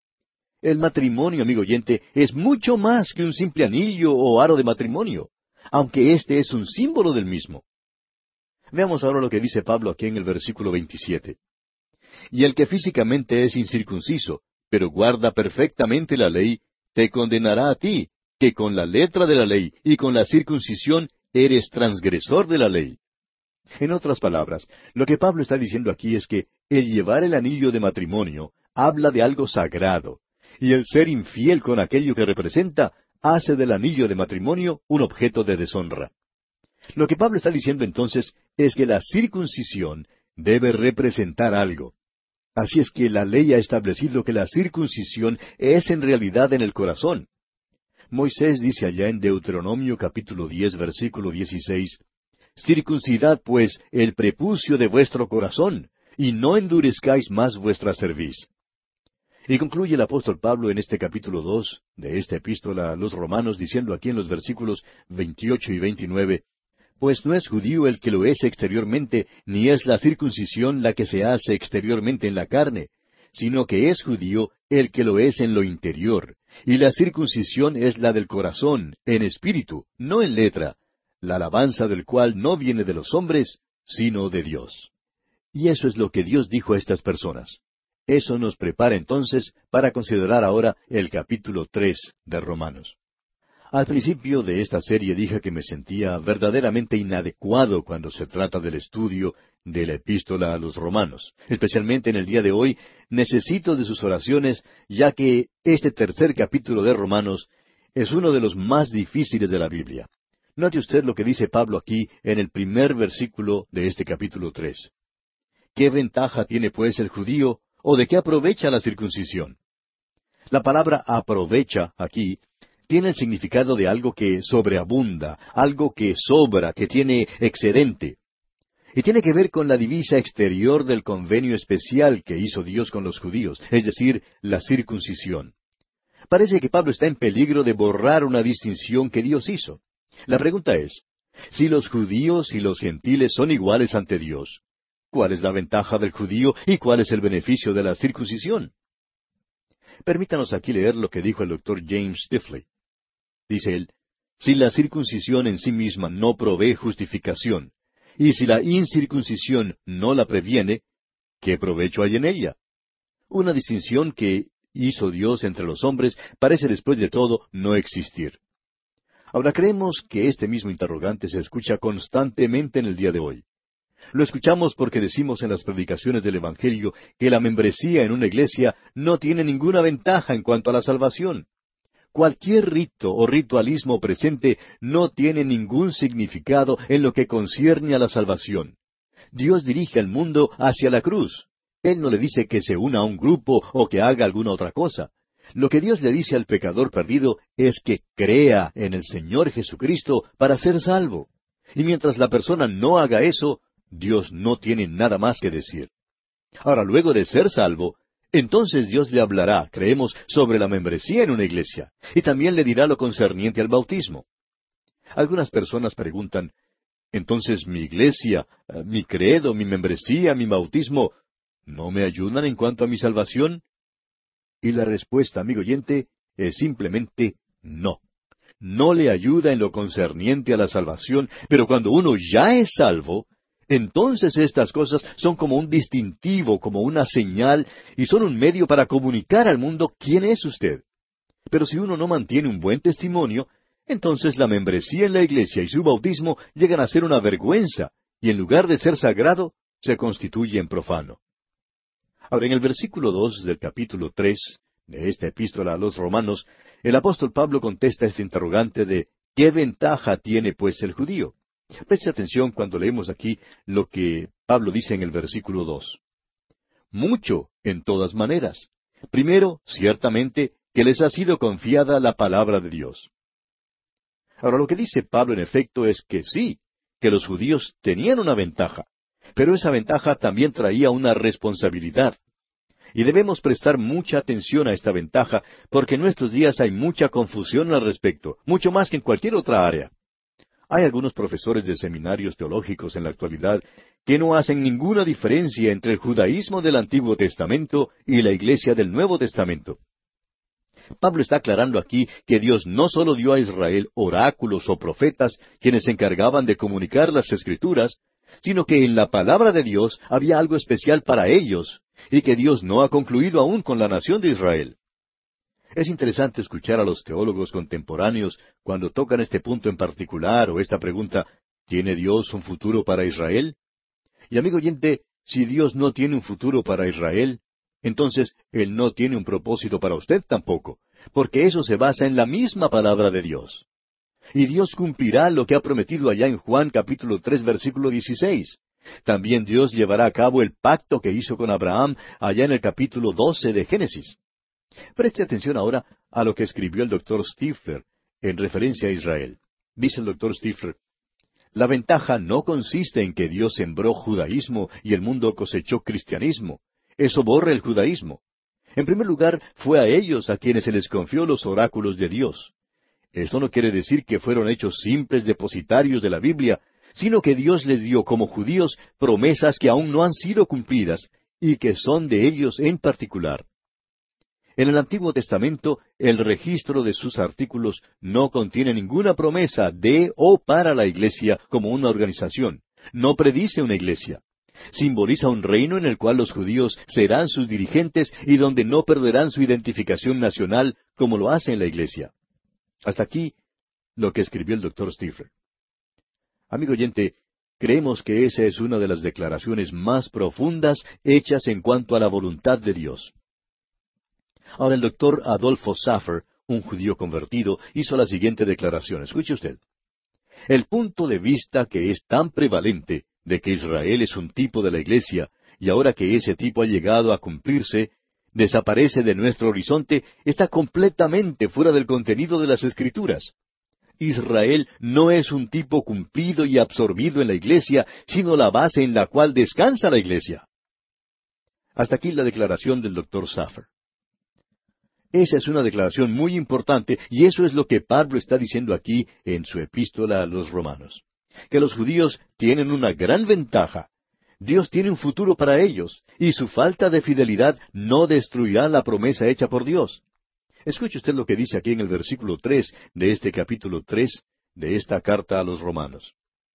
El matrimonio, amigo oyente, es mucho más que un simple anillo o aro de matrimonio, aunque este es un símbolo del mismo. Veamos ahora lo que dice Pablo aquí en el versículo veintisiete. Y el que físicamente es incircunciso, pero guarda perfectamente la ley, te condenará a ti, que con la letra de la ley y con la circuncisión eres transgresor de la ley. En otras palabras, lo que Pablo está diciendo aquí es que el llevar el anillo de matrimonio habla de algo sagrado, y el ser infiel con aquello que representa hace del anillo de matrimonio un objeto de deshonra. Lo que Pablo está diciendo entonces es que la circuncisión debe representar algo. Así es que la ley ha establecido que la circuncisión es en realidad en el corazón. Moisés dice allá en Deuteronomio capítulo diez versículo dieciséis, circuncidad pues el prepucio de vuestro corazón, y no endurezcáis más vuestra cerviz. Y concluye el apóstol Pablo en este capítulo dos de esta epístola a los Romanos diciendo aquí en los versículos veintiocho y veintinueve, pues no es judío el que lo es exteriormente, ni es la circuncisión la que se hace exteriormente en la carne, sino que es judío el que lo es en lo interior, y la circuncisión es la del corazón, en espíritu, no en letra, la alabanza del cual no viene de los hombres, sino de Dios. Y eso es lo que Dios dijo a estas personas. Eso nos prepara entonces para considerar ahora el capítulo tres de Romanos. Al principio de esta serie dije que me sentía verdaderamente inadecuado cuando se trata del estudio de la epístola a los Romanos. Especialmente en el día de hoy, necesito de sus oraciones, ya que este tercer capítulo de Romanos es uno de los más difíciles de la Biblia. Note usted lo que dice Pablo aquí en el primer versículo de este capítulo tres. ¿Qué ventaja tiene pues el judío, o de qué aprovecha la circuncisión? La palabra aprovecha aquí tiene el significado de algo que sobreabunda, algo que sobra, que tiene excedente. Y tiene que ver con la divisa exterior del convenio especial que hizo Dios con los judíos, es decir, la circuncisión. Parece que Pablo está en peligro de borrar una distinción que Dios hizo. La pregunta es, si los judíos y los gentiles son iguales ante Dios, ¿cuál es la ventaja del judío y cuál es el beneficio de la circuncisión? Permítanos aquí leer lo que dijo el doctor James Stifley. Dice él, si la circuncisión en sí misma no provee justificación, y si la incircuncisión no la previene, ¿qué provecho hay en ella? Una distinción que hizo Dios entre los hombres parece después de todo no existir. Ahora creemos que este mismo interrogante se escucha constantemente en el día de hoy. Lo escuchamos porque decimos en las predicaciones del Evangelio que la membresía en una iglesia no tiene ninguna ventaja en cuanto a la salvación. Cualquier rito o ritualismo presente no tiene ningún significado en lo que concierne a la salvación. Dios dirige al mundo hacia la cruz. Él no le dice que se una a un grupo o que haga alguna otra cosa. Lo que Dios le dice al pecador perdido es que crea en el Señor Jesucristo para ser salvo. Y mientras la persona no haga eso, Dios no tiene nada más que decir. Ahora, luego de ser salvo, entonces Dios le hablará, creemos, sobre la membresía en una iglesia, y también le dirá lo concerniente al bautismo. Algunas personas preguntan, entonces mi iglesia, mi credo, mi membresía, mi bautismo, ¿no me ayudan en cuanto a mi salvación? Y la respuesta, amigo oyente, es simplemente no. No le ayuda en lo concerniente a la salvación, pero cuando uno ya es salvo, entonces estas cosas son como un distintivo, como una señal, y son un medio para comunicar al mundo quién es usted. Pero si uno no mantiene un buen testimonio, entonces la membresía en la iglesia y su bautismo llegan a ser una vergüenza, y en lugar de ser sagrado, se constituye en profano. Ahora, en el versículo dos del capítulo tres de esta epístola a los Romanos, el apóstol Pablo contesta este interrogante de ¿qué ventaja tiene pues el judío? Preste atención cuando leemos aquí lo que Pablo dice en el versículo dos. Mucho, en todas maneras. Primero, ciertamente, que les ha sido confiada la palabra de Dios. Ahora, lo que dice Pablo en efecto es que sí, que los judíos tenían una ventaja, pero esa ventaja también traía una responsabilidad. Y debemos prestar mucha atención a esta ventaja, porque en nuestros días hay mucha confusión al respecto, mucho más que en cualquier otra área. Hay algunos profesores de seminarios teológicos en la actualidad que no hacen ninguna diferencia entre el judaísmo del Antiguo Testamento y la Iglesia del Nuevo Testamento. Pablo está aclarando aquí que Dios no solo dio a Israel oráculos o profetas quienes se encargaban de comunicar las Escrituras, sino que en la palabra de Dios había algo especial para ellos, y que Dios no ha concluido aún con la nación de Israel. Es interesante escuchar a los teólogos contemporáneos cuando tocan este punto en particular o esta pregunta, ¿tiene Dios un futuro para Israel? Y amigo oyente, si Dios no tiene un futuro para Israel, entonces Él no tiene un propósito para usted tampoco, porque eso se basa en la misma palabra de Dios. Y Dios cumplirá lo que ha prometido allá en Juan capítulo tres versículo dieciséis. También Dios llevará a cabo el pacto que hizo con Abraham allá en el capítulo doce de Génesis. Preste atención ahora a lo que escribió el doctor Stifler en referencia a Israel. Dice el doctor Stifler, la ventaja no consiste en que Dios sembró judaísmo y el mundo cosechó cristianismo. Eso borra el judaísmo. En primer lugar, fue a ellos a quienes se les confió los oráculos de Dios. Esto no quiere decir que fueron hechos simples depositarios de la Biblia, sino que Dios les dio como judíos promesas que aún no han sido cumplidas y que son de ellos en particular. En el Antiguo Testamento, el registro de sus artículos no contiene ninguna promesa de o para la iglesia como una organización. No predice una iglesia. Simboliza un reino en el cual los judíos serán sus dirigentes y donde no perderán su identificación nacional como lo hace en la iglesia. Hasta aquí lo que escribió el doctor Stifler. Amigo oyente, creemos que esa es una de las declaraciones más profundas hechas en cuanto a la voluntad de Dios. Ahora el doctor Adolfo Saffer, un judío convertido, hizo la siguiente declaración. Escuche usted. El punto de vista que es tan prevalente de que Israel es un tipo de la iglesia, y ahora que ese tipo ha llegado a cumplirse, desaparece de nuestro horizonte, está completamente fuera del contenido de las Escrituras. Israel no es un tipo cumplido y absorbido en la iglesia, sino la base en la cual descansa la iglesia. Hasta aquí la declaración del doctor Saffer. Esa es una declaración muy importante, y eso es lo que Pablo está diciendo aquí en su epístola a los Romanos. Que los judíos tienen una gran ventaja. Dios tiene un futuro para ellos, y su falta de fidelidad no destruirá la promesa hecha por Dios. Escuche usted lo que dice aquí en el versículo tres de este capítulo tres de esta carta a los Romanos.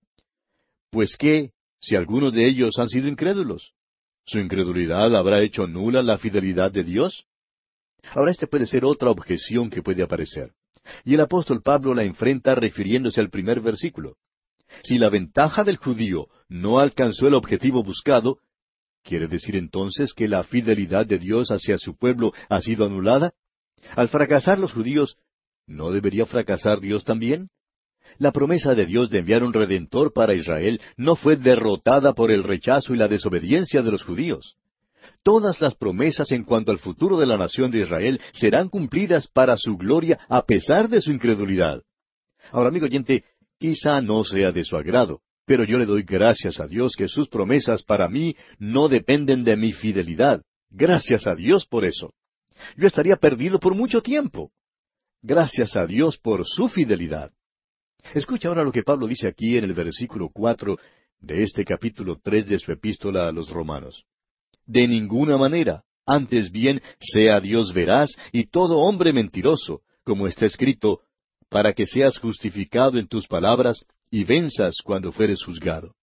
Pues qué, si algunos de ellos han sido incrédulos, ¿su incredulidad habrá hecho nula la fidelidad de Dios? Ahora esta puede ser otra objeción que puede aparecer. Y el apóstol Pablo la enfrenta refiriéndose al primer versículo. Si la ventaja del judío no alcanzó el objetivo buscado, ¿quiere decir entonces que la fidelidad de Dios hacia su pueblo ha sido anulada? Al fracasar los judíos, ¿no debería fracasar Dios también? La promesa de Dios de enviar un redentor para Israel no fue derrotada por el rechazo y la desobediencia de los judíos. Todas las promesas en cuanto al futuro de la nación de Israel serán cumplidas para su gloria a pesar de su incredulidad. Ahora, amigo oyente, quizá no sea de su agrado, pero yo le doy gracias a Dios que sus promesas para mí no dependen de mi fidelidad. Gracias a Dios por eso. Yo estaría perdido por mucho tiempo. Gracias a Dios por su fidelidad. Escucha ahora lo que Pablo dice aquí en el versículo cuatro de este capítulo tres de su epístola a los Romanos. De ninguna manera, antes bien, sea Dios veraz y todo hombre mentiroso, como está escrito, para que seas justificado en tus palabras y venzas cuando fueres juzgado.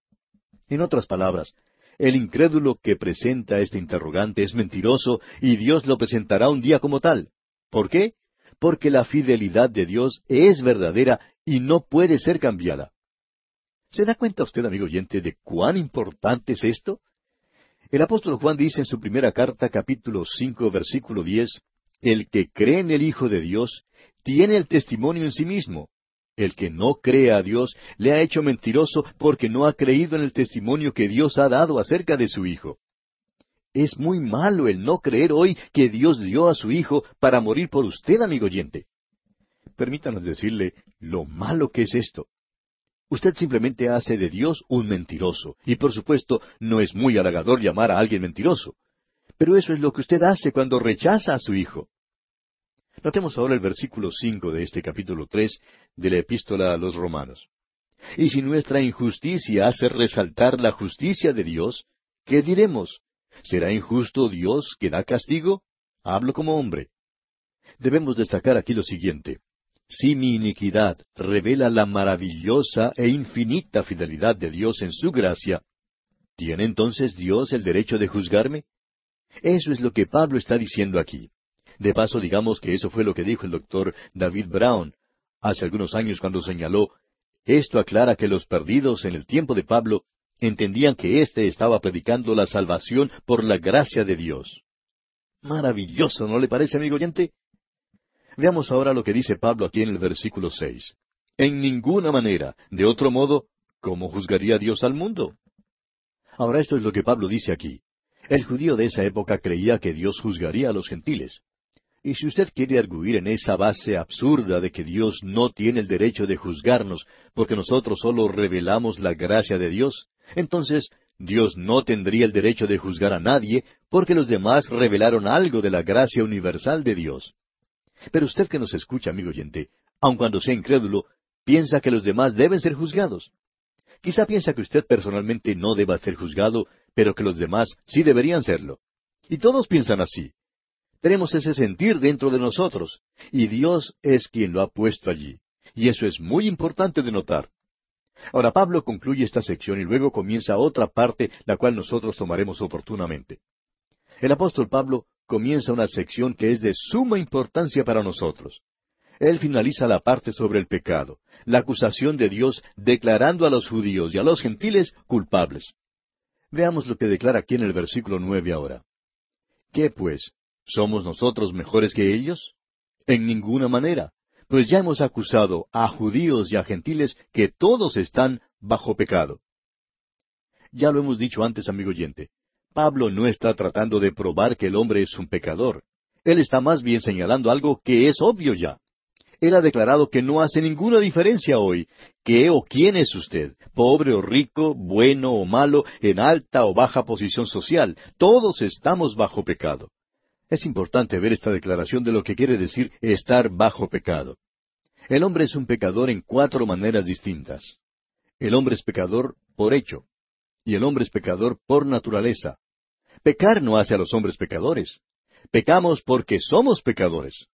En otras palabras, el incrédulo que presenta este interrogante es mentiroso y Dios lo presentará un día como tal. ¿Por qué? Porque la fidelidad de Dios es verdadera y no puede ser cambiada. ¿Se da cuenta usted, amigo oyente, de cuán importante es esto? El apóstol Juan dice en su primera carta, capítulo cinco, versículo diez, el que cree en el Hijo de Dios tiene el testimonio en sí mismo. El que no cree a Dios le ha hecho mentiroso porque no ha creído en el testimonio que Dios ha dado acerca de su Hijo. Es muy malo el no creer hoy que Dios dio a su Hijo para morir por usted, amigo oyente. Permítanos decirle lo malo que es esto. Usted simplemente hace de Dios un mentiroso, y por supuesto no es muy halagador llamar a alguien mentiroso. Pero eso es lo que usted hace cuando rechaza a su Hijo. Notemos ahora el versículo cinco de este capítulo tres de la epístola a los Romanos. Y si nuestra injusticia hace resaltar la justicia de Dios, ¿qué diremos? ¿Será injusto Dios que da castigo? Hablo como hombre. Debemos destacar aquí lo siguiente. Si mi iniquidad revela la maravillosa e infinita fidelidad de Dios en su gracia, ¿tiene entonces Dios el derecho de juzgarme? Eso es lo que Pablo está diciendo aquí. De paso, digamos que eso fue lo que dijo el doctor David Brown hace algunos años cuando señaló, esto aclara que los perdidos en el tiempo de Pablo entendían que éste estaba predicando la salvación por la gracia de Dios. Maravilloso, ¿no le parece, amigo oyente? Veamos ahora lo que dice Pablo aquí en el versículo seis. En ninguna manera, de otro modo, ¿cómo juzgaría Dios al mundo? Ahora esto es lo que Pablo dice aquí. El judío de esa época creía que Dios juzgaría a los gentiles. Y si usted quiere arguir en esa base absurda de que Dios no tiene el derecho de juzgarnos porque nosotros solo revelamos la gracia de Dios, entonces Dios no tendría el derecho de juzgar a nadie porque los demás revelaron algo de la gracia universal de Dios. Pero usted que nos escucha, amigo oyente, aun cuando sea incrédulo, piensa que los demás deben ser juzgados. Quizá piensa que usted personalmente no deba ser juzgado, pero que los demás sí deberían serlo. Y todos piensan así. Tenemos ese sentir dentro de nosotros, y Dios es quien lo ha puesto allí. Y eso es muy importante de notar. Ahora Pablo concluye esta sección y luego comienza otra parte, la cual nosotros tomaremos oportunamente. El apóstol Pablo comienza una sección que es de suma importancia para nosotros. Él finaliza la parte sobre el pecado, la acusación de Dios declarando a los judíos y a los gentiles culpables. Veamos lo que declara aquí en el versículo nueve ahora. ¿Qué pues? ¿Somos nosotros mejores que ellos? En ninguna manera, pues ya hemos acusado a judíos y a gentiles que todos están bajo pecado. Ya lo hemos dicho antes, amigo oyente. Pablo no está tratando de probar que el hombre es un pecador. Él está más bien señalando algo que es obvio ya. Él ha declarado que no hace ninguna diferencia hoy qué o quién es usted, pobre o rico, bueno o malo, en alta o baja posición social. Todos estamos bajo pecado. Es importante ver esta declaración de lo que quiere decir estar bajo pecado. El hombre es un pecador en cuatro maneras distintas. El hombre es pecador por hecho, y el hombre es pecador por naturaleza. Pecar no hace a los hombres pecadores. Pecamos porque somos pecadores.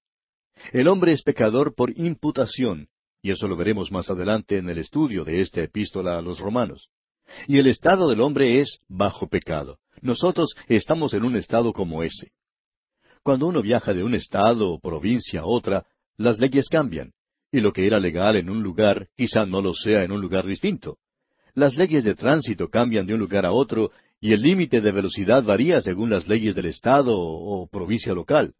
El hombre es pecador por imputación, y eso lo veremos más adelante en el estudio de esta epístola a los Romanos. Y el estado del hombre es bajo pecado. Nosotros estamos en un estado como ese. Cuando uno viaja de un estado o provincia a otra, las leyes cambian, y lo que era legal en un lugar quizá no lo sea en un lugar distinto. Las leyes de tránsito cambian de un lugar a otro, y el límite de velocidad varía según las leyes del estado o, o provincia local.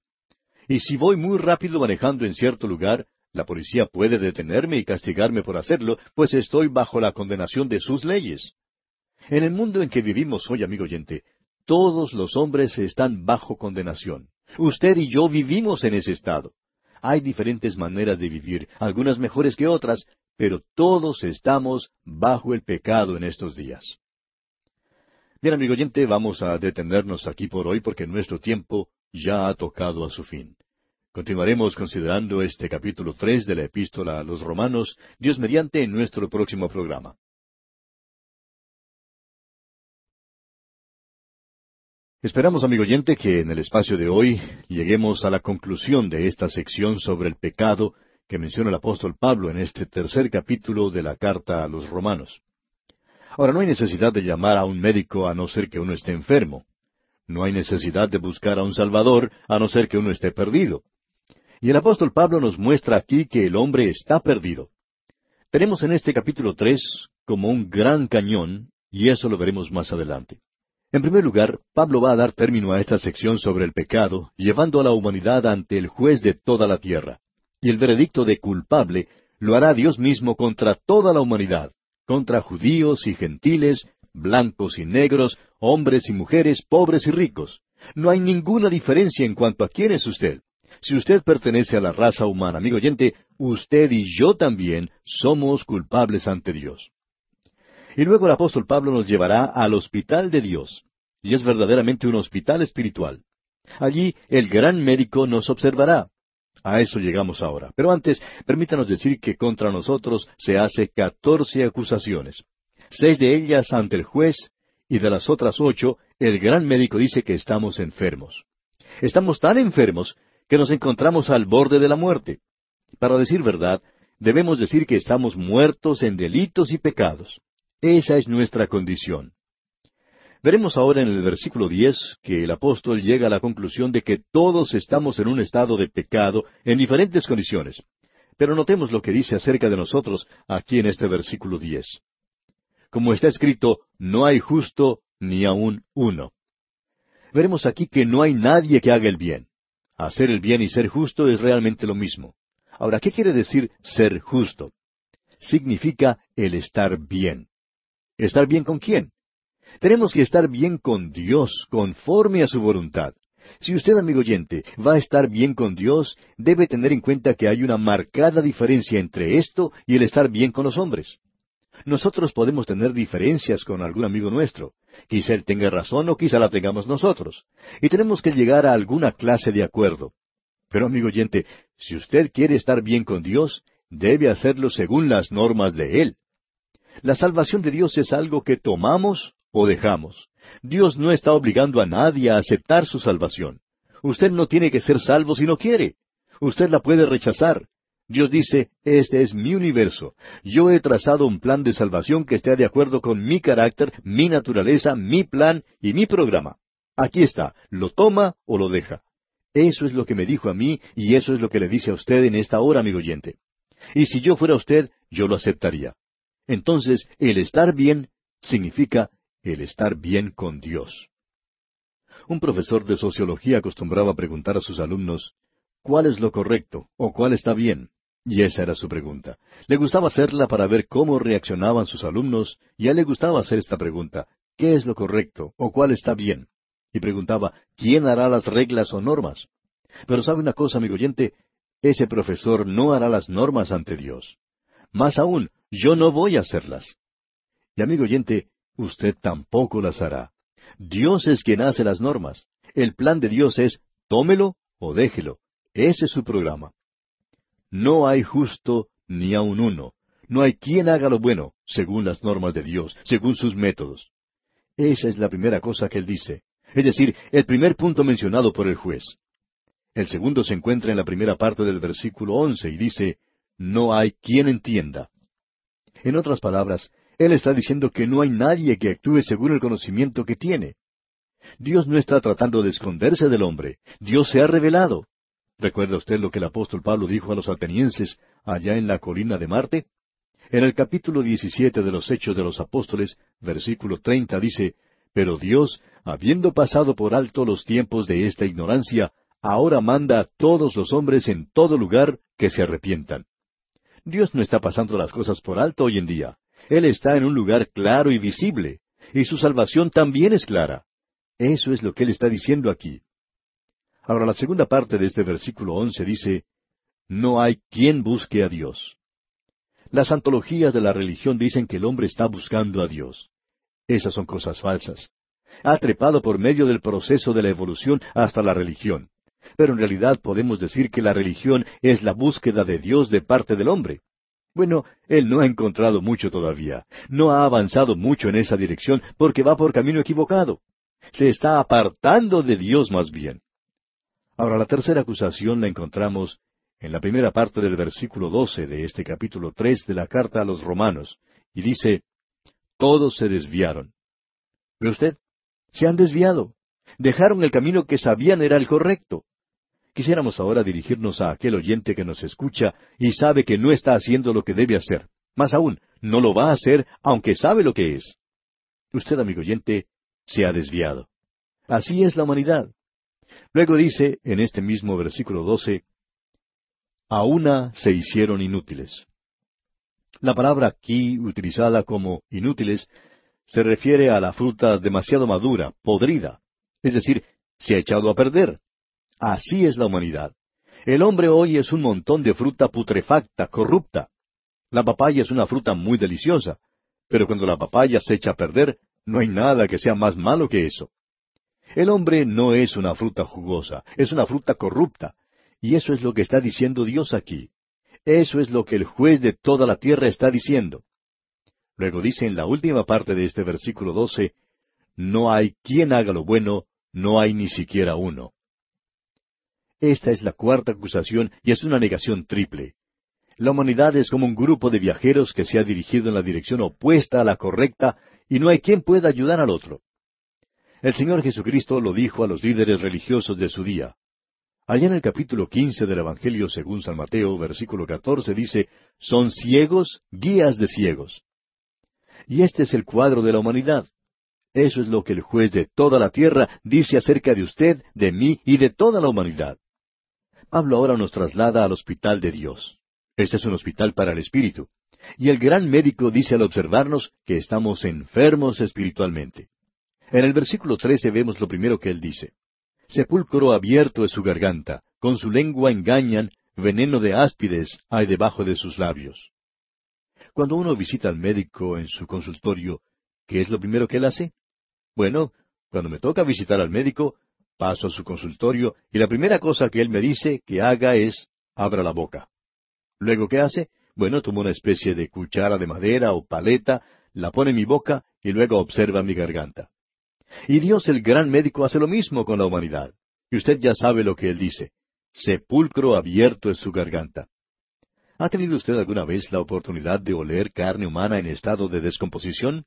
Y si voy muy rápido manejando en cierto lugar, la policía puede detenerme y castigarme por hacerlo, pues estoy bajo la condenación de sus leyes. En el mundo en que vivimos hoy, amigo oyente, todos los hombres están bajo condenación. Usted y yo vivimos en ese estado. Hay diferentes maneras de vivir, algunas mejores que otras, pero todos estamos bajo el pecado en estos días. Bien, amigo oyente, vamos a detenernos aquí por hoy porque nuestro tiempo ya ha tocado a su fin. Continuaremos considerando este capítulo tres de la Epístola a los Romanos, Dios mediante, en nuestro próximo programa. Esperamos, amigo oyente, que en el espacio de hoy lleguemos a la conclusión de esta sección sobre el pecado que menciona el apóstol Pablo en este tercer capítulo de la carta a los Romanos. Ahora, no hay necesidad de llamar a un médico a no ser que uno esté enfermo. No hay necesidad de buscar a un Salvador a no ser que uno esté perdido. Y el apóstol Pablo nos muestra aquí que el hombre está perdido. Tenemos en este capítulo tres como un gran cañón, y eso lo veremos más adelante. En primer lugar, Pablo va a dar término a esta sección sobre el pecado, llevando a la humanidad ante el juez de toda la tierra. Y el veredicto de culpable lo hará Dios mismo contra toda la humanidad, contra judíos y gentiles, blancos y negros, hombres y mujeres, pobres y ricos. No hay ninguna diferencia en cuanto a quién es usted. Si usted pertenece a la raza humana, amigo oyente, usted y yo también somos culpables ante Dios. Y luego el apóstol Pablo nos llevará al hospital de Dios. Y es verdaderamente un hospital espiritual. Allí el gran médico nos observará. A eso llegamos ahora. Pero antes, permítanos decir que contra nosotros se hace catorce acusaciones. Seis de ellas ante el juez, y de las otras ocho, el gran médico dice que estamos enfermos. Estamos tan enfermos que nos encontramos al borde de la muerte. Para decir verdad, debemos decir que estamos muertos en delitos y pecados. Esa es nuestra condición. Veremos ahora en el versículo diez que el apóstol llega a la conclusión de que todos estamos en un estado de pecado en diferentes condiciones. Pero notemos lo que dice acerca de nosotros aquí en este versículo diez. Como está escrito, no hay justo ni aun uno. Veremos aquí que no hay nadie que haga el bien. Hacer el bien y ser justo es realmente lo mismo. Ahora, ¿qué quiere decir ser justo? Significa el estar bien. ¿Estar bien con quién? Tenemos que estar bien con Dios, conforme a su voluntad. Si usted, amigo oyente, va a estar bien con Dios, debe tener en cuenta que hay una marcada diferencia entre esto y el estar bien con los hombres. Nosotros podemos tener diferencias con algún amigo nuestro. Quizá él tenga razón o quizá la tengamos nosotros. Y tenemos que llegar a alguna clase de acuerdo. Pero, amigo oyente, si usted quiere estar bien con Dios, debe hacerlo según las normas de Él. La salvación de Dios es algo que tomamos o dejamos. Dios no está obligando a nadie a aceptar su salvación. Usted no tiene que ser salvo si no quiere. Usted la puede rechazar. Dios dice, este es mi universo. Yo he trazado un plan de salvación que esté de acuerdo con mi carácter, mi naturaleza, mi plan y mi programa. Aquí está, lo toma o lo deja. Eso es lo que me dijo a mí y eso es lo que le dice a usted en esta hora, amigo oyente. Y si yo fuera usted, yo lo aceptaría. Entonces, el estar bien significa el estar bien con Dios. Un profesor de sociología acostumbraba a preguntar a sus alumnos, ¿cuál es lo correcto o cuál está bien? Y esa era su pregunta. Le gustaba hacerla para ver cómo reaccionaban sus alumnos, y a él le gustaba hacer esta pregunta, ¿qué es lo correcto o cuál está bien? Y preguntaba, ¿quién hará las reglas o normas? Pero ¿sabe una cosa, amigo oyente? Ese profesor no hará las normas ante Dios. Más aún, yo no voy a hacerlas. Y amigo oyente, usted tampoco las hará. Dios es quien hace las normas. El plan de Dios es, tómelo o déjelo. Ese es su programa. No hay justo ni aun uno. No hay quien haga lo bueno, según las normas de Dios, según sus métodos. Esa es la primera cosa que él dice. Es decir, el primer punto mencionado por el juez. El segundo se encuentra en la primera parte del versículo once y dice, no hay quien entienda. En otras palabras, él está diciendo que no hay nadie que actúe según el conocimiento que tiene. Dios no está tratando de esconderse del hombre. Dios se ha revelado. ¿Recuerda usted lo que el apóstol Pablo dijo a los atenienses allá en la colina de Marte? En el capítulo diecisiete de los Hechos de los Apóstoles, versículo treinta, dice, pero Dios, habiendo pasado por alto los tiempos de esta ignorancia, ahora manda a todos los hombres en todo lugar que se arrepientan. Dios no está pasando las cosas por alto hoy en día. Él está en un lugar claro y visible, y su salvación también es clara. Eso es lo que Él está diciendo aquí. Ahora, la segunda parte de este versículo once dice, no hay quien busque a Dios. Las antologías de la religión dicen que el hombre está buscando a Dios. Esas son cosas falsas. Ha trepado por medio del proceso de la evolución hasta la religión. Pero en realidad podemos decir que la religión es la búsqueda de Dios de parte del hombre. Bueno, él no ha encontrado mucho todavía. No ha avanzado mucho en esa dirección porque va por camino equivocado. Se está apartando de Dios más bien. Ahora, la tercera acusación la encontramos en la primera parte del versículo doce de este capítulo tres de la carta a los Romanos, y dice, todos se desviaron. ¿Ve usted? Se han desviado. Dejaron el camino que sabían era el correcto. Quisiéramos ahora dirigirnos a aquel oyente que nos escucha y sabe que no está haciendo lo que debe hacer. Más aún, no lo va a hacer aunque sabe lo que es. Usted, amigo oyente, se ha desviado. Así es la humanidad. Luego dice, en este mismo versículo doce, a una se hicieron inútiles. La palabra aquí, utilizada como inútiles, se refiere a la fruta demasiado madura, podrida. Es decir, se ha echado a perder. Así es la humanidad. El hombre hoy es un montón de fruta putrefacta, corrupta. La papaya es una fruta muy deliciosa, pero cuando la papaya se echa a perder, no hay nada que sea más malo que eso. El hombre no es una fruta jugosa, es una fruta corrupta, Y eso es lo que está diciendo Dios aquí. Eso es lo que el juez de toda la tierra está diciendo. Luego dice en la última parte de este versículo doce, no hay quien haga lo bueno, no hay ni siquiera uno. Esta es la cuarta acusación y es una negación triple. La humanidad es como un grupo de viajeros que se ha dirigido en la dirección opuesta a la correcta y no hay quien pueda ayudar al otro. El Señor Jesucristo lo dijo a los líderes religiosos de su día. Allá en el capítulo quince del Evangelio según San Mateo, versículo catorce, dice, son ciegos, guías de ciegos. Y este es el cuadro de la humanidad. Eso es lo que el juez de toda la tierra dice acerca de usted, de mí y de toda la humanidad. Pablo ahora nos traslada al hospital de Dios. Este es un hospital para el espíritu. Y el gran médico dice al observarnos que estamos enfermos espiritualmente. En el versículo trece vemos lo primero que él dice. Sepulcro abierto es su garganta, con su lengua engañan, veneno de áspides hay debajo de sus labios. Cuando uno visita al médico en su consultorio, ¿qué es lo primero que él hace? Bueno, cuando me toca visitar al médico, paso a su consultorio y la primera cosa que él me dice que haga es, abra la boca. Luego, ¿qué hace? Bueno, toma una especie de cuchara de madera o paleta, la pone en mi boca y luego observa mi garganta. Y Dios, el gran médico, hace lo mismo con la humanidad. Y usted ya sabe lo que él dice. Sepulcro abierto es su garganta. ¿Ha tenido usted alguna vez la oportunidad de oler carne humana en estado de descomposición?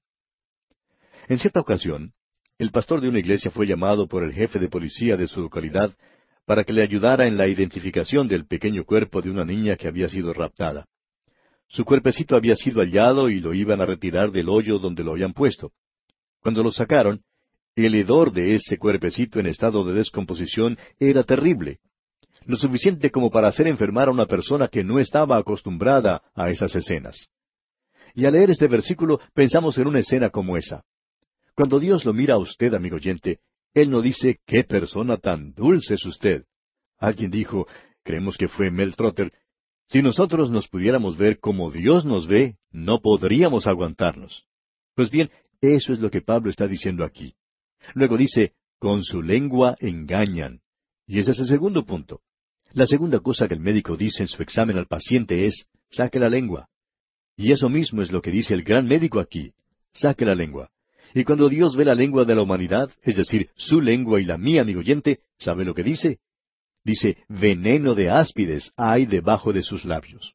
En cierta ocasión, el pastor de una iglesia fue llamado por el jefe de policía de su localidad para que le ayudara en la identificación del pequeño cuerpo de una niña que había sido raptada. Su cuerpecito había sido hallado y lo iban a retirar del hoyo donde lo habían puesto. Cuando lo sacaron, el hedor de ese cuerpecito en estado de descomposición era terrible, lo suficiente como para hacer enfermar a una persona que no estaba acostumbrada a esas escenas. Y al leer este versículo pensamos en una escena como esa. Cuando Dios lo mira a usted, amigo oyente, Él no dice, ¡qué persona tan dulce es usted! Alguien dijo, creemos que fue Mel Trotter, si nosotros nos pudiéramos ver como Dios nos ve, no podríamos aguantarnos. Pues bien, eso es lo que Pablo está diciendo aquí. Luego dice, con su lengua engañan. Y ese es el segundo punto. La segunda cosa que el médico dice en su examen al paciente es, saque la lengua. Y eso mismo es lo que dice el gran médico aquí, saque la lengua. Y cuando Dios ve la lengua de la humanidad, es decir, su lengua y la mía, amigo oyente, ¿sabe lo que dice? Dice, veneno de áspides hay debajo de sus labios.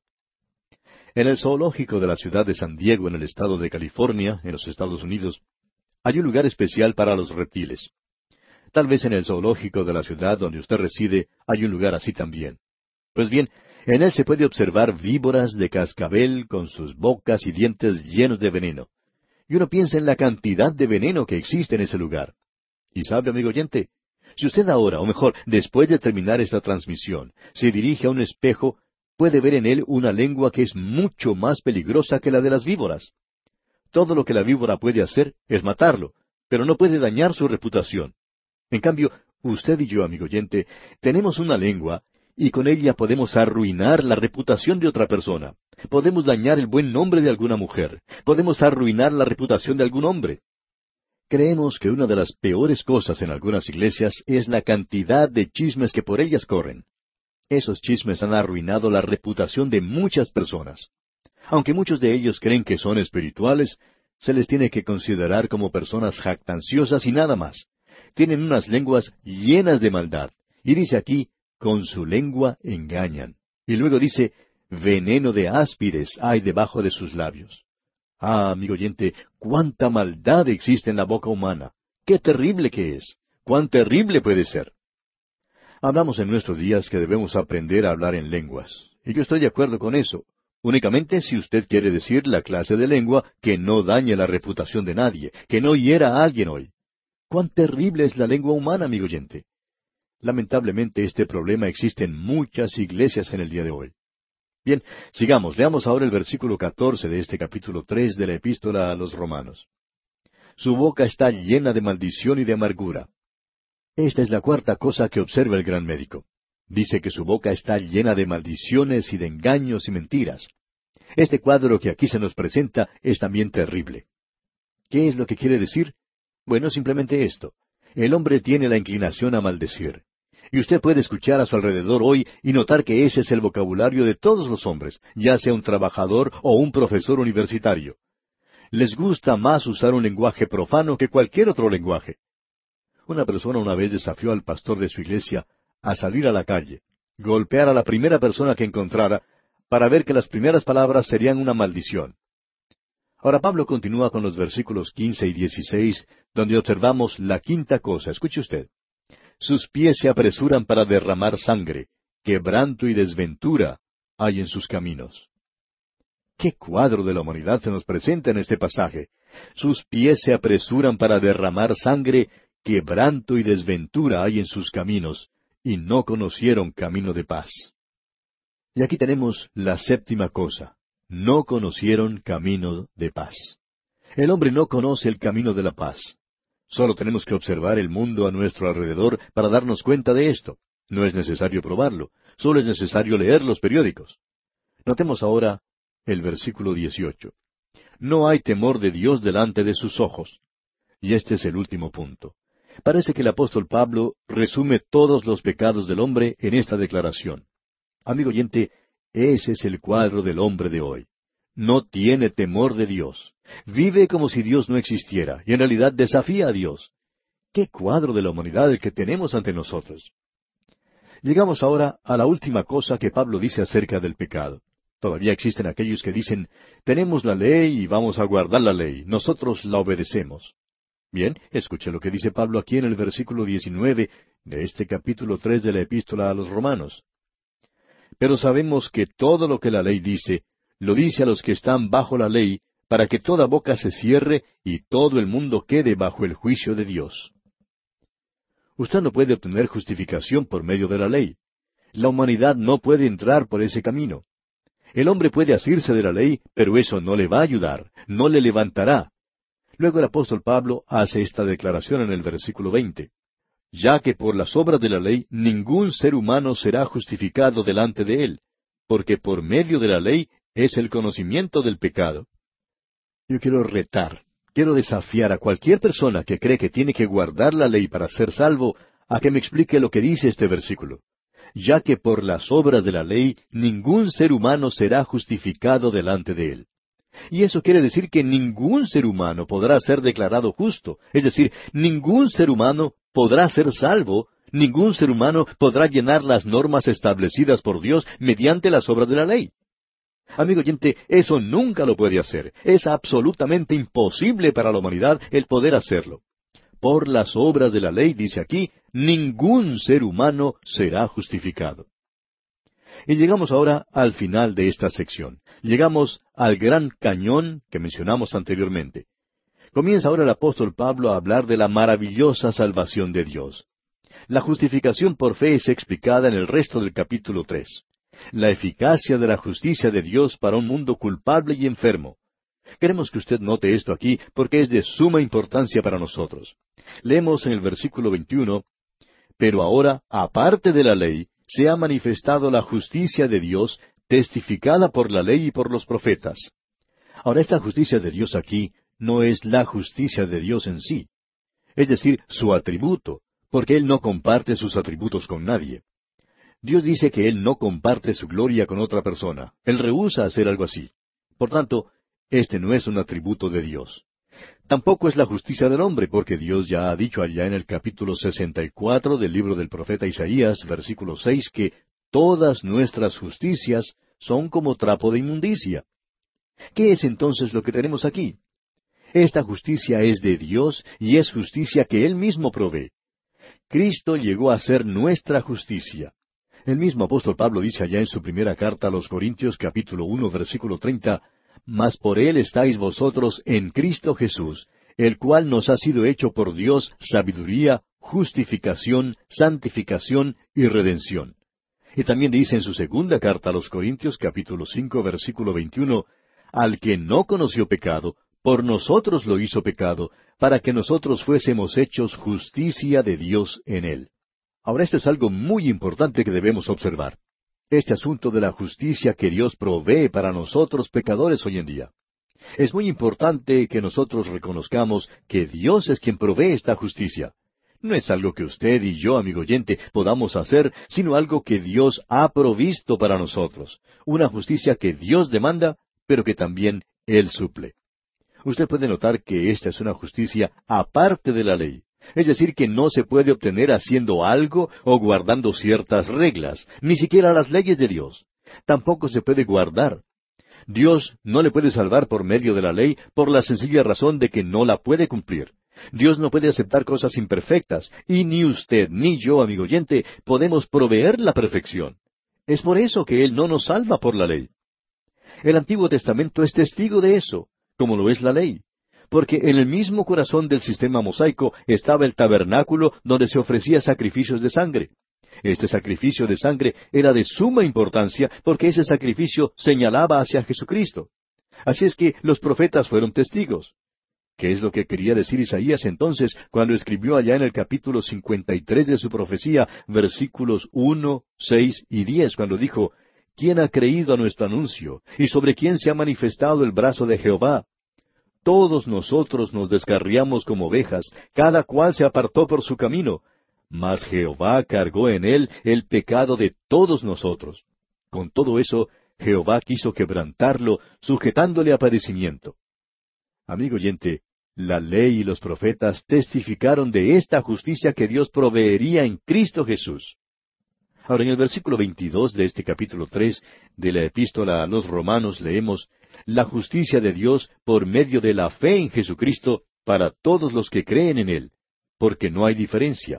En el zoológico de la ciudad de San Diego, en el estado de California, en los Estados Unidos, hay un lugar especial para los reptiles. Tal vez en el zoológico de la ciudad donde usted reside hay un lugar así también. Pues bien, en él se puede observar víboras de cascabel con sus bocas y dientes llenos de veneno. Y uno piensa en la cantidad de veneno que existe en ese lugar. Y sabe, amigo oyente, si usted ahora, o mejor, después de terminar esta transmisión, se dirige a un espejo, puede ver en él una lengua que es mucho más peligrosa que la de las víboras. Todo lo que la víbora puede hacer es matarlo, pero no puede dañar su reputación. En cambio, usted y yo, amigo oyente, tenemos una lengua, y con ella podemos arruinar la reputación de otra persona. Podemos dañar el buen nombre de alguna mujer. Podemos arruinar la reputación de algún hombre. Creemos que una de las peores cosas en algunas iglesias es la cantidad de chismes que por ellas corren. Esos chismes han arruinado la reputación de muchas personas. Aunque muchos de ellos creen que son espirituales, se les tiene que considerar como personas jactanciosas y nada más. Tienen unas lenguas llenas de maldad. Y dice aquí, con su lengua engañan. Y luego dice, veneno de áspides hay debajo de sus labios. Ah, amigo oyente, cuánta maldad existe en la boca humana. Qué terrible que es. Cuán terrible puede ser. Hablamos en nuestros días que debemos aprender a hablar en lenguas. Y yo estoy de acuerdo con eso. Únicamente si usted quiere decir la clase de lengua que no dañe la reputación de nadie, que no hiera a alguien hoy. Cuán terrible es la lengua humana, amigo oyente. Lamentablemente este problema existe en muchas iglesias en el día de hoy. Bien, sigamos, leamos ahora el versículo catorce de este capítulo tres de la Epístola a los Romanos. Su boca está llena de maldición y de amargura. Esta es la cuarta cosa que observa el gran médico. Dice que su boca está llena de maldiciones y de engaños y mentiras. Este cuadro que aquí se nos presenta es también terrible. ¿Qué es lo que quiere decir? Bueno, simplemente esto. El hombre tiene la inclinación a maldecir. Y usted puede escuchar a su alrededor hoy y notar que ese es el vocabulario de todos los hombres, ya sea un trabajador o un profesor universitario. Les gusta más usar un lenguaje profano que cualquier otro lenguaje. Una persona una vez desafió al pastor de su iglesia a salir a la calle, golpear a la primera persona que encontrara, para ver que las primeras palabras serían una maldición. Ahora Pablo continúa con los versículos quince y dieciséis, donde observamos la quinta cosa. Escuche usted. Sus pies se apresuran para derramar sangre, quebranto y desventura hay en sus caminos. ¿Qué cuadro de la humanidad se nos presenta en este pasaje? Sus pies se apresuran para derramar sangre, quebranto y desventura hay en sus caminos, y no conocieron camino de paz. Y aquí tenemos la séptima cosa. No conocieron camino de paz. El hombre no conoce el camino de la paz. Solo tenemos que observar el mundo a nuestro alrededor para darnos cuenta de esto. No es necesario probarlo, solo es necesario leer los periódicos. Notemos ahora el versículo dieciocho. No hay temor de Dios delante de sus ojos. Y este es el último punto. Parece que el apóstol Pablo resume todos los pecados del hombre en esta declaración. Amigo oyente, ese es el cuadro del hombre de hoy. No tiene temor de Dios. Vive como si Dios no existiera, y en realidad desafía a Dios. ¡Qué cuadro de la humanidad el que tenemos ante nosotros! Llegamos ahora a la última cosa que Pablo dice acerca del pecado. Todavía existen aquellos que dicen, tenemos la ley y vamos a guardar la ley, nosotros la obedecemos. Bien, escuche lo que dice Pablo aquí en el versículo diecinueve de este capítulo tres de la Epístola a los Romanos. Pero sabemos que todo lo que la ley dice, lo dice a los que están bajo la ley, para que toda boca se cierre y todo el mundo quede bajo el juicio de Dios. Usted no puede obtener justificación por medio de la ley. La humanidad no puede entrar por ese camino. El hombre puede asirse de la ley, pero eso no le va a ayudar, no le levantará. Luego el apóstol Pablo hace esta declaración en el versículo veinte. Ya que por las obras de la ley ningún ser humano será justificado delante de él, porque por medio de la ley es el conocimiento del pecado. Yo quiero retar, quiero desafiar a cualquier persona que cree que tiene que guardar la ley para ser salvo, a que me explique lo que dice este versículo. Ya que por las obras de la ley ningún ser humano será justificado delante de él. Y eso quiere decir que ningún ser humano podrá ser declarado justo, es decir, ningún ser humano podrá ser salvo, ningún ser humano podrá llenar las normas establecidas por Dios mediante las obras de la ley. Amigo oyente, eso nunca lo puede hacer. Es absolutamente imposible para la humanidad el poder hacerlo. Por las obras de la ley, dice aquí, ningún ser humano será justificado. Y llegamos ahora al final de esta sección. Llegamos al gran cañón que mencionamos anteriormente. Comienza ahora el apóstol Pablo a hablar de la maravillosa salvación de Dios. La justificación por fe es explicada en el resto del capítulo tres. La eficacia de la justicia de Dios para un mundo culpable y enfermo. Queremos que usted note esto aquí porque es de suma importancia para nosotros. Leemos en el versículo veintiuno, Pero ahora, aparte de la ley, se ha manifestado la justicia de Dios, testificada por la ley y por los profetas. Ahora, esta justicia de Dios aquí no es la justicia de Dios en sí, es decir, su atributo, porque Él no comparte sus atributos con nadie. Dios dice que Él no comparte su gloria con otra persona. Él rehúsa hacer algo así. Por tanto, este no es un atributo de Dios. Tampoco es la justicia del hombre, porque Dios ya ha dicho allá en el capítulo sesenta y cuatro del libro del profeta Isaías, versículo seis, que todas nuestras justicias son como trapo de inmundicia. ¿Qué es entonces lo que tenemos aquí? Esta justicia es de Dios y es justicia que Él mismo provee. Cristo llegó a ser nuestra justicia. El mismo apóstol Pablo dice allá en su primera carta a los Corintios, capítulo uno, versículo treinta, Mas por Él estáis vosotros en Cristo Jesús, el cual nos ha sido hecho por Dios sabiduría, justificación, santificación y redención. Y también dice en su segunda carta a los Corintios, capítulo cinco, versículo veintiuno, Al que no conoció pecado, por nosotros lo hizo pecado, para que nosotros fuésemos hechos justicia de Dios en Él. Ahora esto es algo muy importante que debemos observar. Este asunto de la justicia que Dios provee para nosotros pecadores hoy en día. Es muy importante que nosotros reconozcamos que Dios es quien provee esta justicia. No es algo que usted y yo, amigo oyente, podamos hacer, sino algo que Dios ha provisto para nosotros. Una justicia que Dios demanda, pero que también Él suple. Usted puede notar que esta es una justicia aparte de la ley. Es decir, que no se puede obtener haciendo algo o guardando ciertas reglas, ni siquiera las leyes de Dios. Tampoco se puede guardar. Dios no le puede salvar por medio de la ley por la sencilla razón de que no la puede cumplir. Dios no puede aceptar cosas imperfectas, y ni usted ni yo, amigo oyente, podemos proveer la perfección. Es por eso que Él no nos salva por la ley. El Antiguo Testamento es testigo de eso, como lo es la ley. Porque en el mismo corazón del sistema mosaico estaba el tabernáculo donde se ofrecía sacrificios de sangre. Este sacrificio de sangre era de suma importancia porque ese sacrificio señalaba hacia Jesucristo. Así es que los profetas fueron testigos. ¿Qué es lo que quería decir Isaías entonces cuando escribió allá en el capítulo cincuenta y tres de su profecía, versículos uno, seis y diez, cuando dijo, ¿quién ha creído a nuestro anuncio? ¿Y sobre quién se ha manifestado el brazo de Jehová? Todos nosotros nos descarriamos como ovejas, cada cual se apartó por su camino, mas Jehová cargó en él el pecado de todos nosotros. Con todo eso, Jehová quiso quebrantarlo, sujetándole a padecimiento. Amigo oyente, la ley y los profetas testificaron de esta justicia que Dios proveería en Cristo Jesús. Ahora, en el versículo veintidós de este capítulo tres de la epístola a los Romanos leemos, la justicia de Dios por medio de la fe en Jesucristo para todos los que creen en Él, porque no hay diferencia.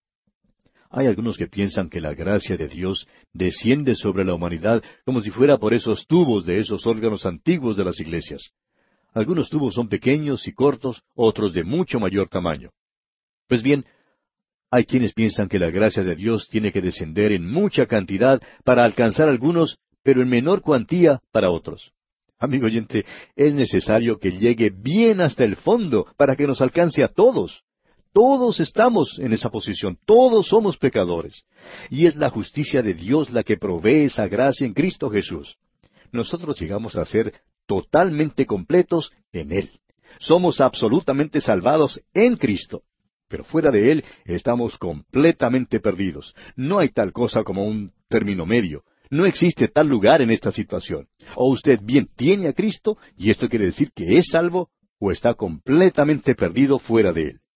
Hay algunos que piensan que la gracia de Dios desciende sobre la humanidad como si fuera por esos tubos de esos órganos antiguos de las iglesias. Algunos tubos son pequeños y cortos, otros de mucho mayor tamaño. Pues bien, hay quienes piensan que la gracia de Dios tiene que descender en mucha cantidad para alcanzar a algunos, pero en menor cuantía para otros. Amigo oyente, es necesario que llegue bien hasta el fondo para que nos alcance a todos. Todos estamos en esa posición, todos somos pecadores. Y es la justicia de Dios la que provee esa gracia en Cristo Jesús. Nosotros llegamos a ser totalmente completos en Él. Somos absolutamente salvados en Cristo. Pero fuera de Él estamos completamente perdidos. No hay tal cosa como un término medio. No existe tal lugar en esta situación. O usted bien tiene a Cristo, y esto quiere decir que es salvo, o está completamente perdido fuera de Él.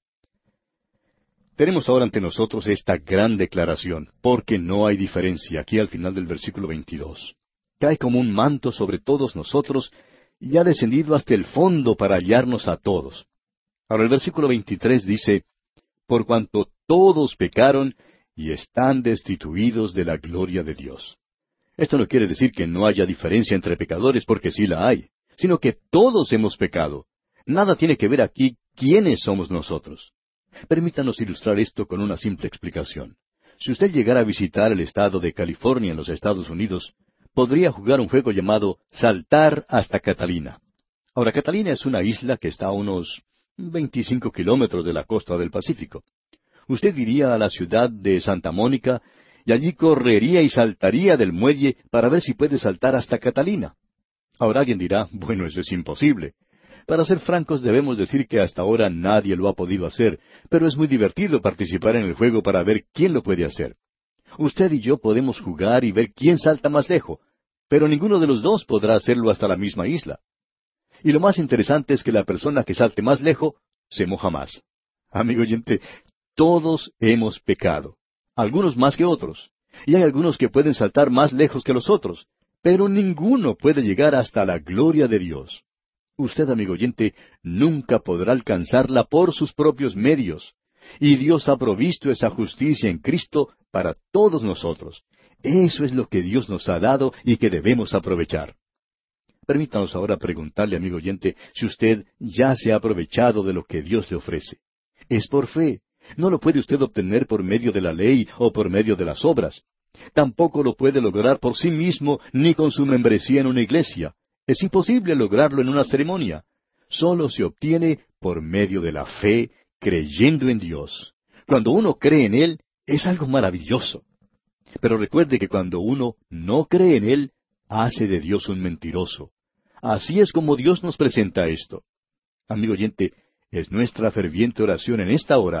Tenemos ahora ante nosotros esta gran declaración, porque no hay diferencia, aquí al final del versículo veintidós. Cae como un manto sobre todos nosotros, y ha descendido hasta el fondo para hallarnos a todos. Ahora el versículo veintitrés dice, por cuanto todos pecaron y están destituidos de la gloria de Dios. Esto no quiere decir que no haya diferencia entre pecadores, porque sí la hay, sino que todos hemos pecado. Nada tiene que ver aquí quiénes somos nosotros. Permítanos ilustrar esto con una simple explicación. Si usted llegara a visitar el estado de California en los Estados Unidos, podría jugar un juego llamado Saltar hasta Catalina. Ahora, Catalina es una isla que está a unos veinticinco kilómetros de la costa del Pacífico. Usted iría a la ciudad de Santa Mónica y allí correría y saltaría del muelle para ver si puede saltar hasta Catalina. Ahora alguien dirá, bueno, eso es imposible. Para ser francos debemos decir que hasta ahora nadie lo ha podido hacer, pero es muy divertido participar en el juego para ver quién lo puede hacer. Usted y yo podemos jugar y ver quién salta más lejos, pero ninguno de los dos podrá hacerlo hasta la misma isla. Y lo más interesante es que la persona que salte más lejos se moja más. Amigo oyente, todos hemos pecado, algunos más que otros, y hay algunos que pueden saltar más lejos que los otros, pero ninguno puede llegar hasta la gloria de Dios. Usted, amigo oyente, nunca podrá alcanzarla por sus propios medios, y Dios ha provisto esa justicia en Cristo para todos nosotros. Eso es lo que Dios nos ha dado y que debemos aprovechar. Permítanos ahora preguntarle, amigo oyente, si usted ya se ha aprovechado de lo que Dios le ofrece. Es por fe. No lo puede usted obtener por medio de la ley o por medio de las obras. Tampoco lo puede lograr por sí mismo ni con su membresía en una iglesia. Es imposible lograrlo en una ceremonia. Solo se obtiene por medio de la fe, creyendo en Dios. Cuando uno cree en Él, es algo maravilloso. Pero recuerde que cuando uno no cree en Él, hace de Dios un mentiroso. Así es como Dios nos presenta esto. Amigo oyente, es nuestra ferviente oración en esta hora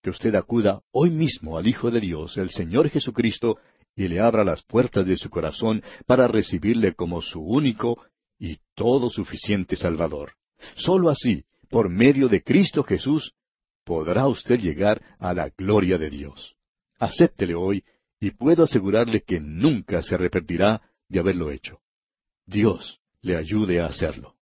que usted acuda hoy mismo al Hijo de Dios, el Señor Jesucristo, y le abra las puertas de su corazón para recibirle como su único y todo suficiente Salvador. Sólo así, por medio de Cristo Jesús, podrá usted llegar a la gloria de Dios. Acéptele hoy, y puedo asegurarle que nunca se arrepentirá de haberlo hecho. Dios le ayude a hacerlo.